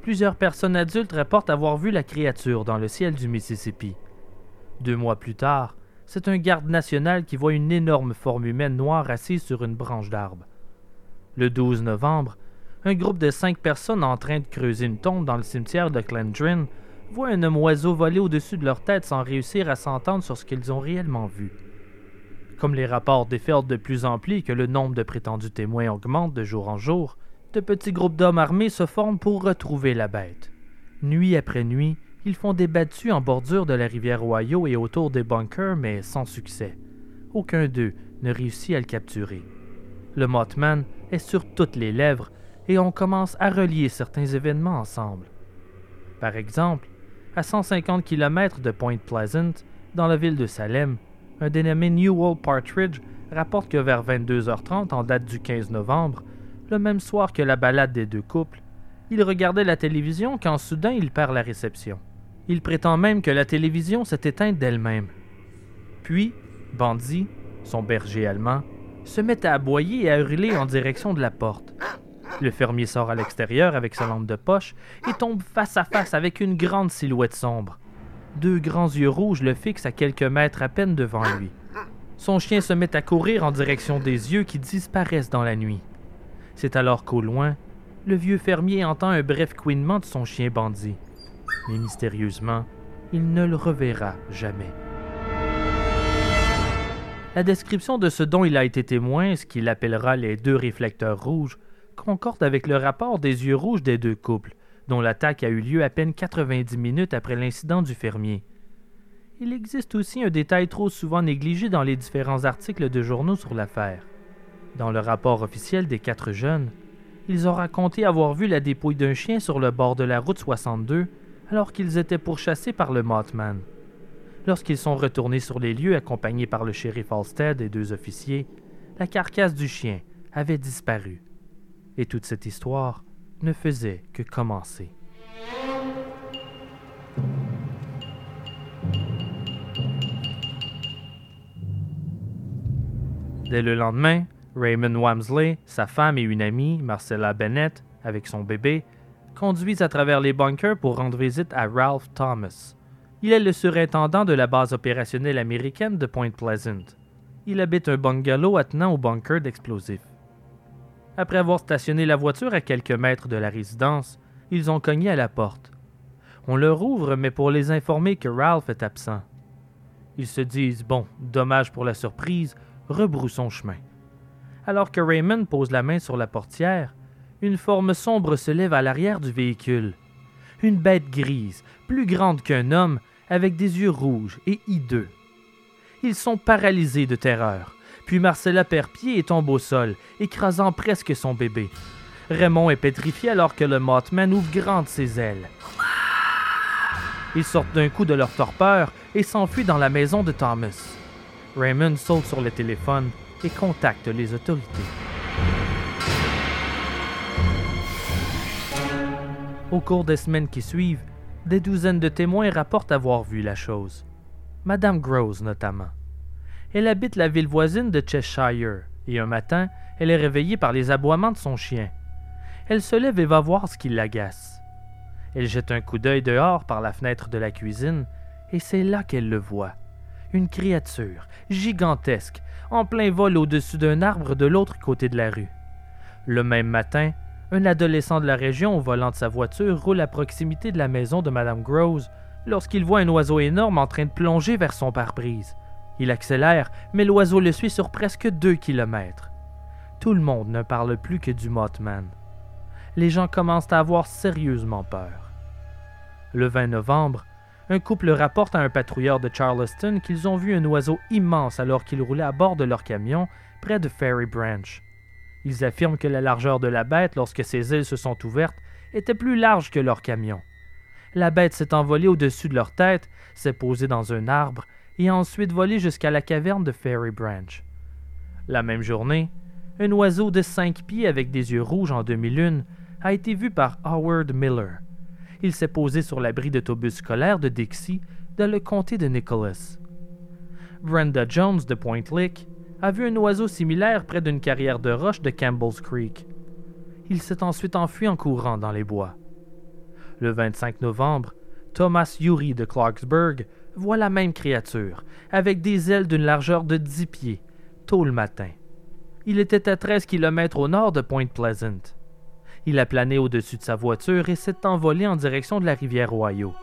Plusieurs personnes adultes rapportent avoir vu la créature dans le ciel du Mississippi. 2 mois plus tard, c'est un garde national qui voit une énorme forme humaine noire assise sur une branche d'arbre. Le 12 novembre, un groupe de 5 personnes en train de creuser une tombe dans le cimetière de Glendron voit un homme oiseau voler au-dessus de leur tête sans réussir à s'entendre sur ce qu'ils ont réellement vu. Comme les rapports déferlent de plus en plus et que le nombre de prétendus témoins augmente de jour en jour, de petits groupes d'hommes armés se forment pour retrouver la bête. Nuit après nuit, ils font des battues en bordure de la rivière Ohio et autour des bunkers, mais sans succès. Aucun d'eux ne réussit à le capturer. Le Mothman est sur toutes les lèvres et on commence à relier certains événements ensemble. Par exemple, à 150 km de Point Pleasant, dans la ville de Salem, un dénommé Newell Partridge rapporte que vers 22h30, en date du 15 novembre, le même soir que la balade des 2 couples, il regardait la télévision quand soudain il perd la réception. Il prétend même que la télévision s'est éteinte d'elle-même. Puis, Bandy, son berger allemand, se met à aboyer et à hurler en direction de la porte. Le fermier sort à l'extérieur avec sa lampe de poche et tombe face à face avec une grande silhouette sombre. 2 grands yeux rouges le fixent à quelques mètres à peine devant lui. Son chien se met à courir en direction des yeux qui disparaissent dans la nuit. C'est alors qu'au loin, le vieux fermier entend un bref couinement de son chien Bandy. Mais mystérieusement, il ne le reverra jamais. La description de ce dont il a été témoin, ce qu'il appellera les 2 réflecteurs rouges, concorde avec le rapport des yeux rouges des 2 couples, dont l'attaque a eu lieu à peine 90 minutes après l'incident du fermier. Il existe aussi un détail trop souvent négligé dans les différents articles de journaux sur l'affaire. Dans le rapport officiel des 4 jeunes, ils ont raconté avoir vu la dépouille d'un chien sur le bord de la route 62 alors qu'ils étaient pourchassés par le Mothman. Lorsqu'ils sont retournés sur les lieux accompagnés par le shérif Halstead et 2 officiers, la carcasse du chien avait disparu. Et toute cette histoire ne faisait que commencer. Dès le lendemain, Raymond Wamsley, sa femme et une amie, Marcella Bennett, avec son bébé, conduisent à travers les bunkers pour rendre visite à Ralph Thomas. Il est le surintendant de la base opérationnelle américaine de Point Pleasant. Il habite un bungalow attenant au bunker d'explosifs. Après avoir stationné la voiture à quelques mètres de la résidence, ils ont cogné à la porte. On leur ouvre, mais pour les informer que Ralph est absent. Ils se disent « Bon, dommage pour la surprise, rebroussons chemin ». Alors que Raymond pose la main sur la portière, une forme sombre se lève à l'arrière du véhicule. Une bête grise, plus grande qu'un homme, avec des yeux rouges et hideux. Ils sont paralysés de terreur. Puis Marcella perd pied et tombe au sol, écrasant presque son bébé. Raymond est pétrifié alors que le Mothman ouvre grandes ses ailes. Ils sortent d'un coup de leur torpeur et s'enfuient dans la maison de Thomas. Raymond saute sur le téléphone et contacte les autorités. Au cours des semaines qui suivent, des douzaines de témoins rapportent avoir vu la chose. Madame Groves notamment. Elle habite la ville voisine de Cheshire, et un matin, elle est réveillée par les aboiements de son chien. Elle se lève et va voir ce qui l'agace. Elle jette un coup d'œil dehors par la fenêtre de la cuisine, et c'est là qu'elle le voit. Une créature, gigantesque, en plein vol au-dessus d'un arbre de l'autre côté de la rue. Le même matin, un adolescent de la région au volant de sa voiture roule à proximité de la maison de Madame Groves lorsqu'il voit un oiseau énorme en train de plonger vers son pare-brise. Il accélère, mais l'oiseau le suit sur presque 2 kilomètres. Tout le monde ne parle plus que du Mothman. Les gens commencent à avoir sérieusement peur. Le 20 novembre, un couple rapporte à un patrouilleur de Charleston qu'ils ont vu un oiseau immense alors qu'il roulait à bord de leur camion près de Ferry Branch. Ils affirment que la largeur de la bête lorsque ses ailes se sont ouvertes était plus large que leur camion. La bête s'est envolée au-dessus de leur tête, s'est posée dans un arbre et a ensuite volé jusqu'à la caverne de Ferry Branch. La même journée, un oiseau de 5 pieds avec des yeux rouges en demi-lune a été vu par Howard Miller. Il s'est posé sur l'abri d'autobus scolaire de Dixie, dans le comté de Nicholas. Brenda Jones de Point Lick a vu un oiseau similaire près d'une carrière de roche de Campbell's Creek. Il s'est ensuite enfui en courant dans les bois. Le 25 novembre, Thomas Urey de Clarksburg voit la même créature, avec des ailes d'une largeur de 10 pieds, tôt le matin. Il était à 13 km au nord de Point Pleasant. Il a plané au-dessus de sa voiture et s'est envolé en direction de la rivière Ohio.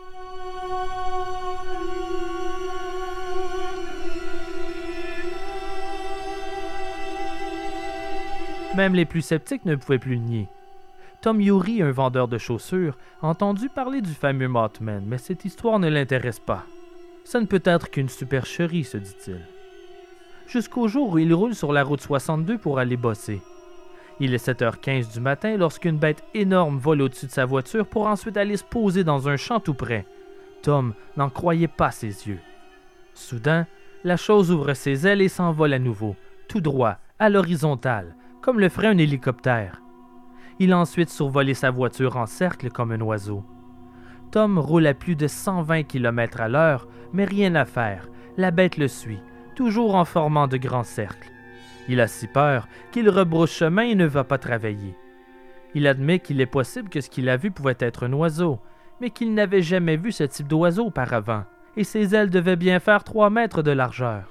Même les plus sceptiques ne pouvaient plus le nier. Tom Urey, un vendeur de chaussures, a entendu parler du fameux Mothman, mais cette histoire ne l'intéresse pas. Ça ne peut être qu'une supercherie, se dit-il. Jusqu'au jour où il roule sur la route 62 pour aller bosser. Il est 7h15 du matin lorsqu'une bête énorme vole au-dessus de sa voiture pour ensuite aller se poser dans un champ tout près. Tom n'en croyait pas ses yeux. Soudain, la chose ouvre ses ailes et s'envole à nouveau, tout droit, à l'horizontale, comme le ferait un hélicoptère. Il a ensuite survolé sa voiture en cercle comme un oiseau. Tom roule à plus de 120 km à l'heure, mais rien à faire. La bête le suit, toujours en formant de grands cercles. Il a si peur qu'il rebrousse chemin et ne va pas travailler. Il admet qu'il est possible que ce qu'il a vu pouvait être un oiseau, mais qu'il n'avait jamais vu ce type d'oiseau auparavant, et ses ailes devaient bien faire 3 mètres de largeur.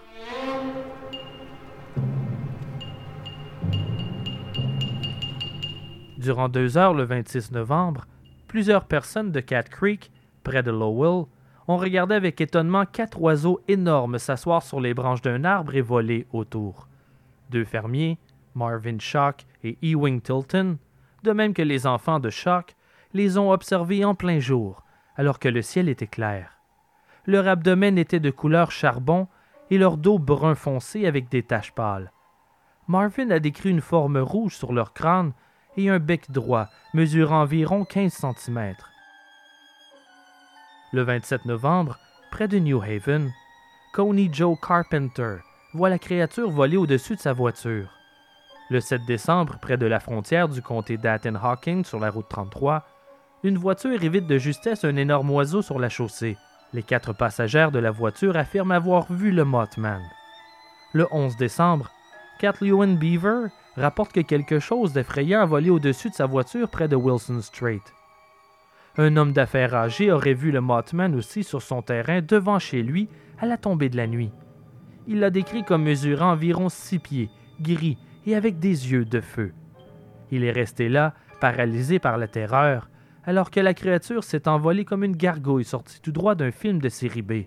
Durant 2 heures le 26 novembre, plusieurs personnes de Cat Creek, près de Lowell, ont regardé avec étonnement 4 oiseaux énormes s'asseoir sur les branches d'un arbre et voler autour. 2 fermiers, Marvin Schock et Ewing Tilton, de même que les enfants de Schock, les ont observés en plein jour, alors que le ciel était clair. Leur abdomen était de couleur charbon et leur dos brun foncé avec des taches pâles. Marvin a décrit une forme rouge sur leur crâne et un bec droit, mesurant environ 15 cm. Le 27 novembre, près de New Haven, Coney Joe Carpenter voit la créature voler au-dessus de sa voiture. Le 7 décembre, près de la frontière du comté d'Athenhawken sur la route 33, une voiture évite de justesse un énorme oiseau sur la chaussée. Les 4 passagères de la voiture affirment avoir vu le Mothman. Le 11 décembre, Kathleen Beaver rapporte que quelque chose d'effrayant a volé au-dessus de sa voiture près de Wilson Strait. Un homme d'affaires âgé aurait vu le Mothman aussi sur son terrain devant chez lui à la tombée de la nuit. Il l'a décrit comme mesurant environ 6 pieds, gris et avec des yeux de feu. Il est resté là, paralysé par la terreur, alors que la créature s'est envolée comme une gargouille sortie tout droit d'un film de série B.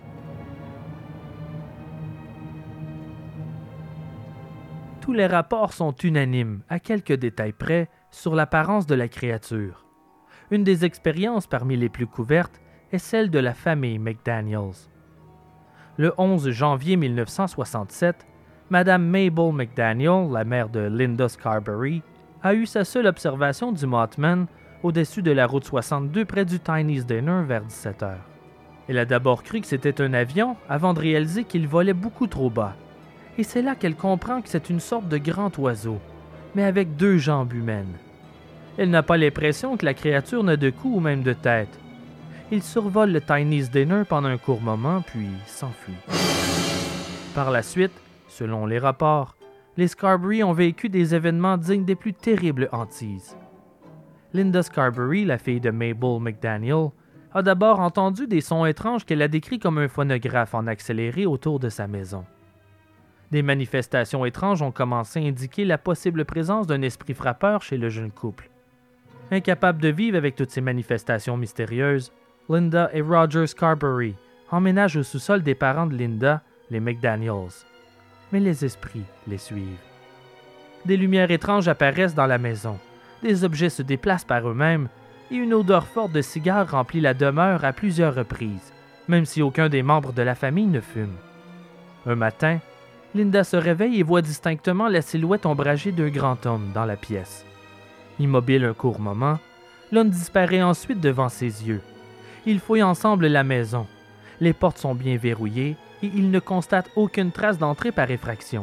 Tous les rapports sont unanimes, à quelques détails près, sur l'apparence de la créature. Une des expériences parmi les plus couvertes est celle de la famille McDaniels. Le 11 janvier 1967, Madame Mabel McDaniel, la mère de Linda Scarberry, a eu sa seule observation du Mothman au-dessus de la route 62 près du Tiny's Dinner vers 17h. Elle a d'abord cru que c'était un avion avant de réaliser qu'il volait beaucoup trop bas. Et c'est là qu'elle comprend que c'est une sorte de grand oiseau, mais avec 2 jambes humaines. Elle n'a pas l'impression que la créature n'a de cou ou même de tête. Il survole le Tiny's Dinner pendant un court moment, puis s'enfuit. Par la suite, selon les rapports, les Scarberry ont vécu des événements dignes des plus terribles hantises. Linda Scarberry, la fille de Mabel McDaniel, a d'abord entendu des sons étranges qu'elle a décrits comme un phonographe en accéléré autour de sa maison. Des manifestations étranges ont commencé à indiquer la possible présence d'un esprit frappeur chez le jeune couple. Incapable de vivre avec toutes ces manifestations mystérieuses, Linda et Roger Scarberry emménagent au sous-sol des parents de Linda, les McDaniels. Mais les esprits les suivent. Des lumières étranges apparaissent dans la maison, des objets se déplacent par eux-mêmes et une odeur forte de cigare remplit la demeure à plusieurs reprises, même si aucun des membres de la famille ne fume. Un matin, Linda se réveille et voit distinctement la silhouette ombragée d'un grand homme dans la pièce. Immobile un court moment, l'homme disparaît ensuite devant ses yeux. Ils fouillent ensemble la maison. Les portes sont bien verrouillées et ils ne constatent aucune trace d'entrée par effraction.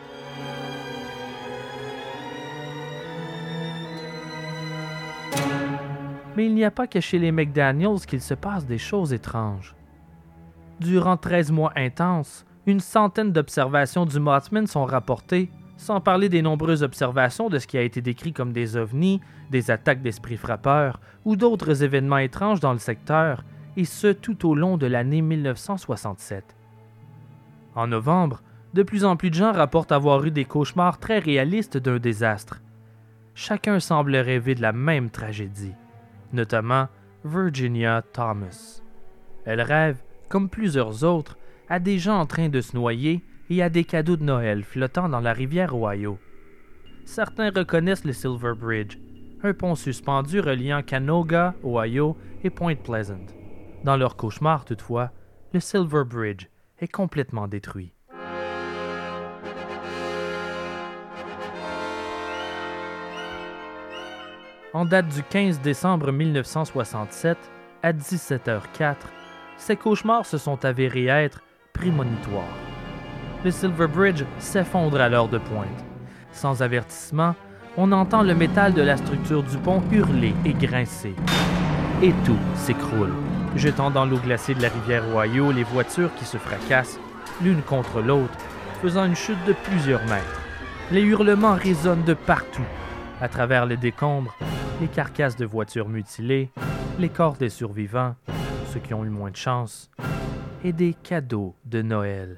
Mais il n'y a pas que chez les McDaniels qu'il se passe des choses étranges. Durant 13 mois intenses, une centaine d'observations du Mothman sont rapportées, Sans parler des nombreuses observations de ce qui a été décrit comme des ovnis, des attaques d'esprits frappeurs ou d'autres événements étranges dans le secteur, et ce tout au long de l'année 1967. En novembre, de plus en plus de gens rapportent avoir eu des cauchemars très réalistes d'un désastre. Chacun semble rêver de la même tragédie, notamment Virginia Thomas. Elle rêve, comme plusieurs autres, à des gens en train de se noyer et à des cadeaux de Noël flottant dans la rivière Ohio. Certains reconnaissent le Silver Bridge, un pont suspendu reliant Canoga, Ohio, et Point Pleasant. Dans leur cauchemar, toutefois, le Silver Bridge est complètement détruit. En date du 15 décembre 1967, à 17h04, ces cauchemars se sont avérés être prémonitoires. Le Silver Bridge s'effondre à l'heure de pointe. Sans avertissement, on entend le métal de la structure du pont hurler et grincer. Et tout s'écroule, jetant dans l'eau glacée de la rivière Ohio les voitures qui se fracassent, l'une contre l'autre, faisant une chute de plusieurs mètres. Les hurlements résonnent de partout, à travers les décombres, les carcasses de voitures mutilées, les corps des survivants, ceux qui ont eu moins de chance, et des cadeaux de Noël.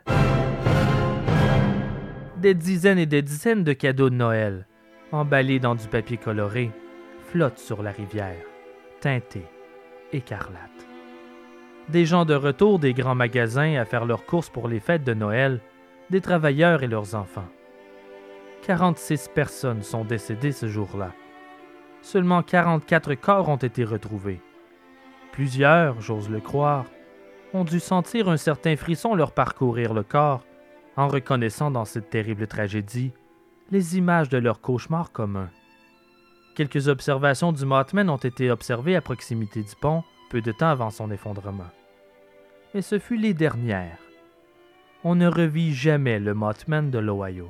Des dizaines et des dizaines de cadeaux de Noël, emballés dans du papier coloré, flottent sur la rivière, teintés, écarlates. Des gens de retour des grands magasins à faire leurs courses pour les fêtes de Noël, des travailleurs et leurs enfants. 46 personnes sont décédées ce jour-là. Seulement 44 corps ont été retrouvés. Plusieurs, j'ose le croire, ont dû sentir un certain frisson leur parcourir le corps en reconnaissant dans cette terrible tragédie les images de leur cauchemar commun. Quelques observations du Mothman ont été observées à proximité du pont peu de temps avant son effondrement. Mais ce fut les dernières. On ne revit jamais le Mothman de l'Ohio.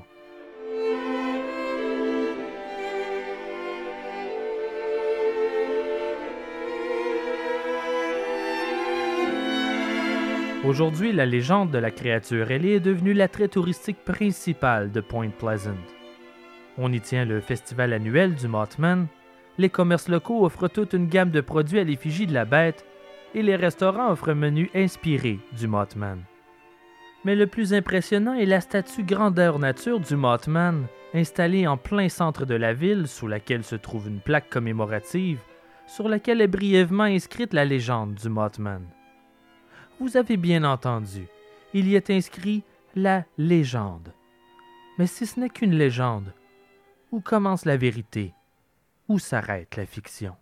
Aujourd'hui, la légende de la créature ailée est devenue l'attrait touristique principal de Point Pleasant. On y tient le festival annuel du Mothman, les commerces locaux offrent toute une gamme de produits à l'effigie de la bête et les restaurants offrent un menu inspiré du Mothman. Mais le plus impressionnant est la statue grandeur nature du Mothman, installée en plein centre de la ville, sous laquelle se trouve une plaque commémorative, sur laquelle est brièvement inscrite la légende du Mothman. Vous avez bien entendu, il y est inscrit la légende. Mais si ce n'est qu'une légende, où commence la vérité? Où s'arrête la fiction?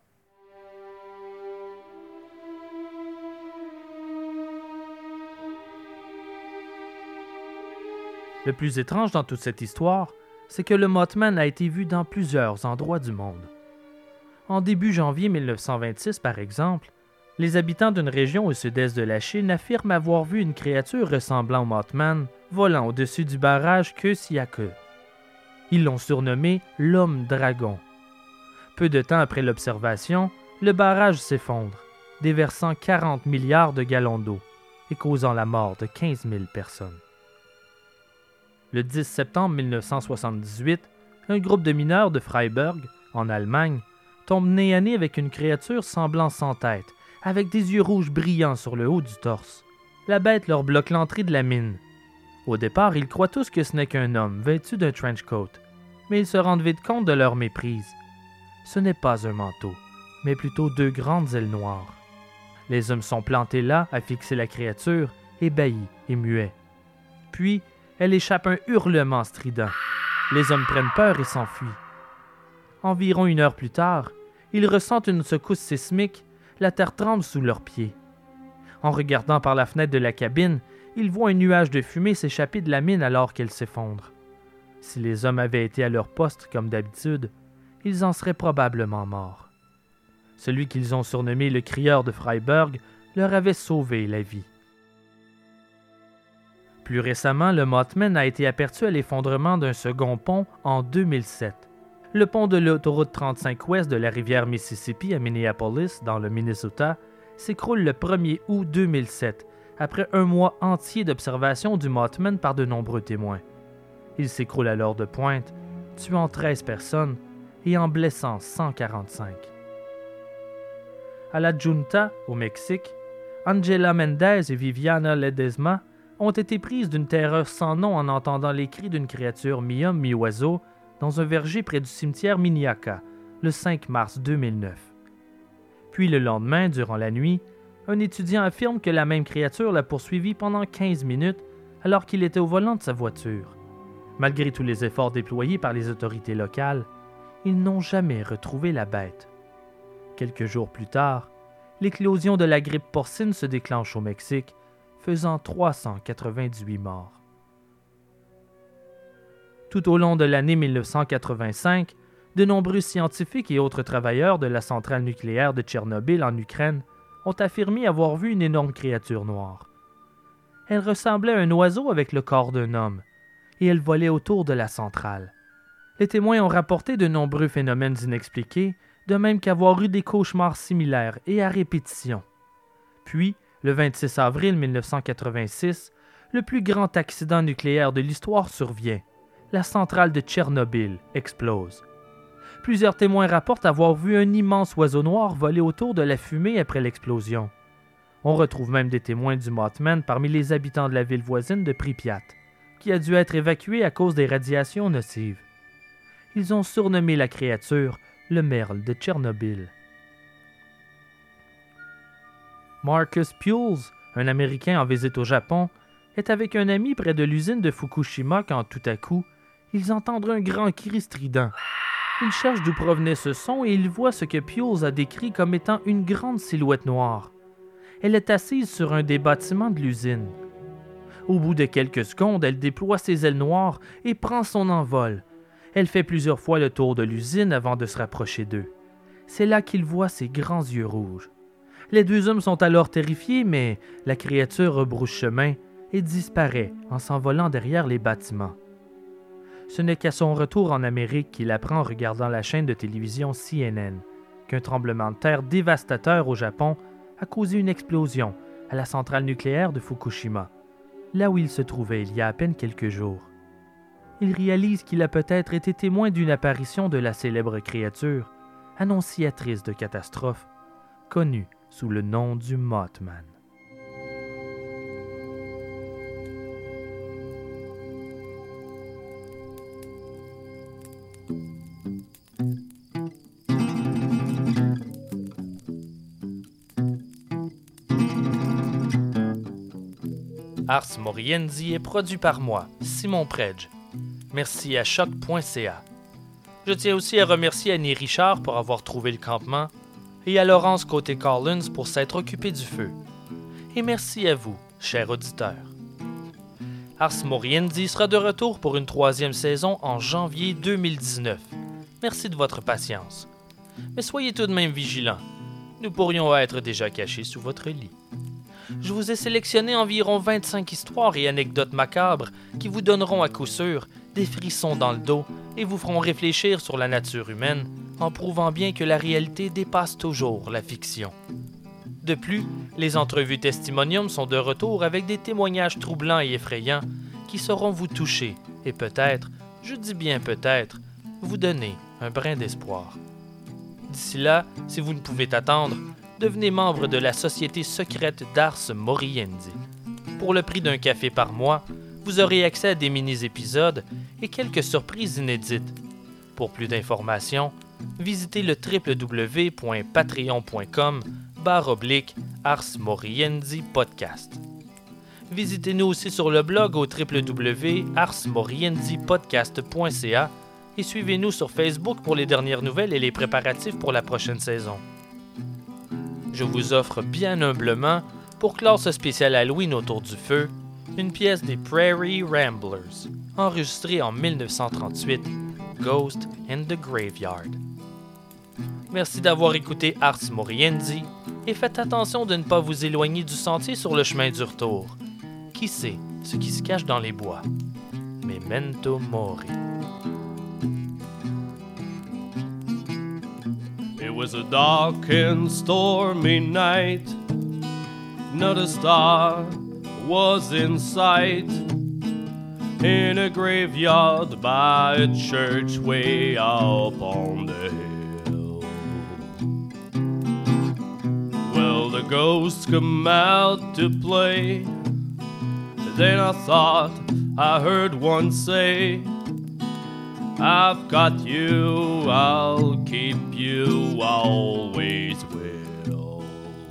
Le plus étrange dans toute cette histoire, c'est que le Mothman a été vu dans plusieurs endroits du monde. En début janvier 1926, par exemple, les habitants d'une région au sud-est de la Chine affirment avoir vu une créature ressemblant au Mothman volant au-dessus du barrage Kösiake. Ils l'ont surnommé l'Homme-Dragon. Peu de temps après l'observation, le barrage s'effondre, déversant 40 milliards de gallons d'eau et causant la mort de 15 000 personnes. Le 10 septembre 1978, un groupe de mineurs de Freiburg, en Allemagne, tombe nez à nez avec une créature semblant sans tête, avec des yeux rouges brillants sur le haut du torse. La bête leur bloque l'entrée de la mine. Au départ, ils croient tous que ce n'est qu'un homme vêtu d'un trench coat, mais ils se rendent vite compte de leur méprise. Ce n'est pas un manteau, mais plutôt deux grandes ailes noires. Les hommes sont plantés là à fixer la créature, ébahis et muets. Puis, elle échappe un hurlement strident. Les hommes prennent peur et s'enfuient. Environ 1 heure plus tard, ils ressentent une secousse sismique, la terre tremble sous leurs pieds. En regardant par la fenêtre de la cabine, ils voient un nuage de fumée s'échapper de la mine alors qu'elle s'effondre. Si les hommes avaient été à leur poste comme d'habitude, ils en seraient probablement morts. Celui qu'ils ont surnommé le crieur de Freiburg leur avait sauvé la vie. Plus récemment, le Mothman a été aperçu à l'effondrement d'un second pont en 2007. Le pont de l'autoroute 35 ouest de la rivière Mississippi à Minneapolis, dans le Minnesota, s'écroule le 1er août 2007, après un mois entier d'observation du Mothman par de nombreux témoins. Il s'écroule à l'heure de pointe, tuant 13 personnes et en blessant 145. À la Junta, au Mexique, Angela Mendez et Viviana Ledesma ont été prises d'une terreur sans nom en entendant les cris d'une créature mi-homme, mi-oiseau dans un verger près du cimetière Miniaca, le 5 mars 2009. Puis le lendemain, durant la nuit, un étudiant affirme que la même créature l'a poursuivi pendant 15 minutes alors qu'il était au volant de sa voiture. Malgré tous les efforts déployés par les autorités locales, ils n'ont jamais retrouvé la bête. Quelques jours plus tard, l'éclosion de la grippe porcine se déclenche au Mexique, faisant 398 morts. Tout au long de l'année 1985, de nombreux scientifiques et autres travailleurs de la centrale nucléaire de Tchernobyl en Ukraine ont affirmé avoir vu une énorme créature noire. Elle ressemblait à un oiseau avec le corps d'un homme, et elle volait autour de la centrale. Les témoins ont rapporté de nombreux phénomènes inexpliqués, de même qu'avoir eu des cauchemars similaires et à répétition. Puis, le 26 avril 1986, le plus grand accident nucléaire de l'histoire survient. La centrale de Tchernobyl explose. Plusieurs témoins rapportent avoir vu un immense oiseau noir voler autour de la fumée après l'explosion. On retrouve même des témoins du Mothman parmi les habitants de la ville voisine de Pripyat, qui a dû être évacuée à cause des radiations nocives. Ils ont surnommé la créature le merle de Tchernobyl. Marcus Pules, un Américain en visite au Japon, est avec un ami près de l'usine de Fukushima quand tout à coup, ils entendent un grand cri strident. Ils cherchent d'où provenait ce son et ils voient ce que Pules a décrit comme étant une grande silhouette noire. Elle est assise sur un des bâtiments de l'usine. Au bout de quelques secondes, elle déploie ses ailes noires et prend son envol. Elle fait plusieurs fois le tour de l'usine avant de se rapprocher d'eux. C'est là qu'il voit ses grands yeux rouges. Les deux hommes sont alors terrifiés, mais la créature rebrousse chemin et disparaît en s'envolant derrière les bâtiments. Ce n'est qu'à son retour en Amérique qu'il apprend en regardant la chaîne de télévision CNN qu'un tremblement de terre dévastateur au Japon a causé une explosion à la centrale nucléaire de Fukushima, là où il se trouvait il y a à peine quelques jours. Il réalise qu'il a peut-être été témoin d'une apparition de la célèbre créature, annonciatrice de catastrophes, connue sous le nom du Mothman. Ars Moriendi est produit par moi, Simon Predge. Merci à choc.ca. Je tiens aussi à remercier Annie Richard pour avoir trouvé le campement et à Laurence Côté-Collins pour s'être occupée du feu. Et merci à vous, chers auditeurs. Ars Moriendi sera de retour pour une 3e saison en janvier 2019. Merci de votre patience. Mais soyez tout de même vigilants. Nous pourrions être déjà cachés sous votre lit. Je vous ai sélectionné environ 25 histoires et anecdotes macabres qui vous donneront à coup sûr des frissons dans le dos et vous feront réfléchir sur la nature humaine en prouvant bien que la réalité dépasse toujours la fiction. De plus, les entrevues testimonium sont de retour avec des témoignages troublants et effrayants qui sauront vous toucher et peut-être, je dis bien peut-être, vous donner un brin d'espoir. D'ici là, si vous ne pouvez attendre, devenez membre de la Société secrète d'Ars Moriendi. Pour le prix d'un café par mois, vous aurez accès à des mini-épisodes et quelques surprises inédites. Pour plus d'informations, visitez le www.patreon.com/Ars Moriendi Podcast. Visitez-nous aussi sur le blog au www.arsmoriendipodcast.ca et suivez-nous sur Facebook pour les dernières nouvelles et les préparatifs pour la prochaine saison. Je vous offre bien humblement, pour clore ce spécial Halloween autour du feu, une pièce des Prairie Ramblers, enregistrée en 1938, Ghost in the Graveyard. Merci d'avoir écouté Ars Moriendi et faites attention de ne pas vous éloigner du sentier sur le chemin du retour. Qui sait ce qui se cache dans les bois? Memento Mori. It was a dark and stormy night. Not a star was in sight. in a graveyard by a church way up on the hill. Well, the ghosts come out to play. Then I thought I heard one say, I've got you, I'll keep you, always will.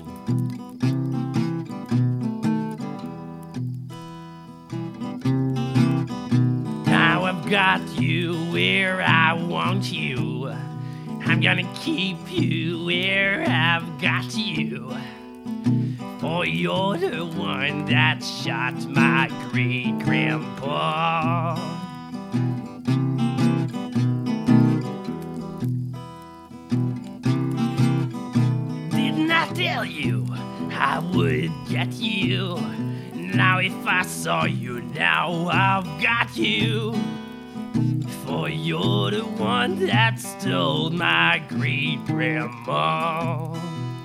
Now I've got you where I want you. I'm gonna keep you where I've got you. For you're the one that shot my great-grandpa. Didn't I tell you I would get you? Now if I saw you now, I've got you. For you're the one that stole my great-grandma.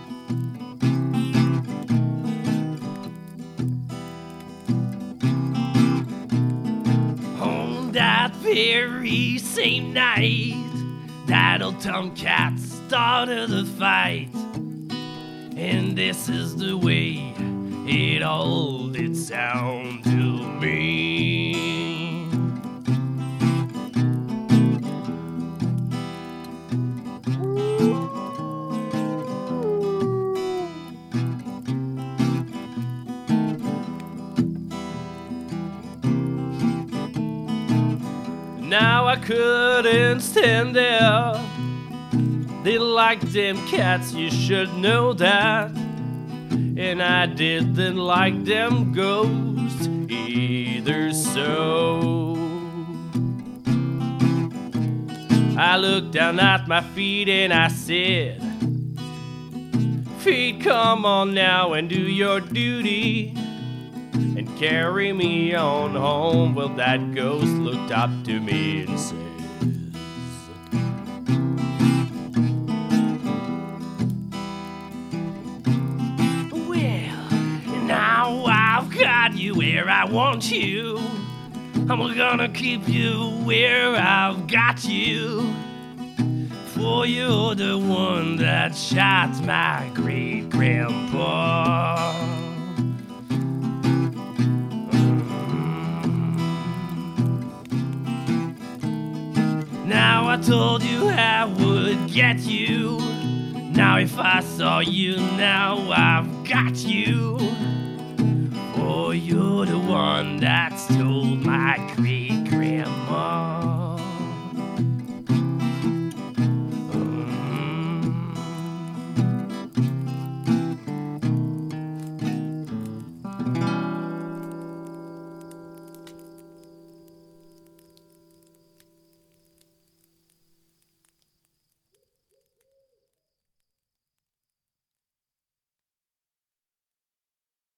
That very same night, that old tomcat started a fight. And this is the way it all did sound to me. Now I couldn't stand there. Didn't like them cats, you should know that. And I didn't like them ghosts either, so I looked down at my feet and I said, feet, come on now and do your duty and carry me on home. Well, that ghost looked up to me and says, well, now I've got you where I want you. I'm gonna keep you where I've got you. For you're the one that shot my great-grandpa. Now I told you I would get you. Now if I saw you now, I've got you. Oh, you're the one that stole my cream.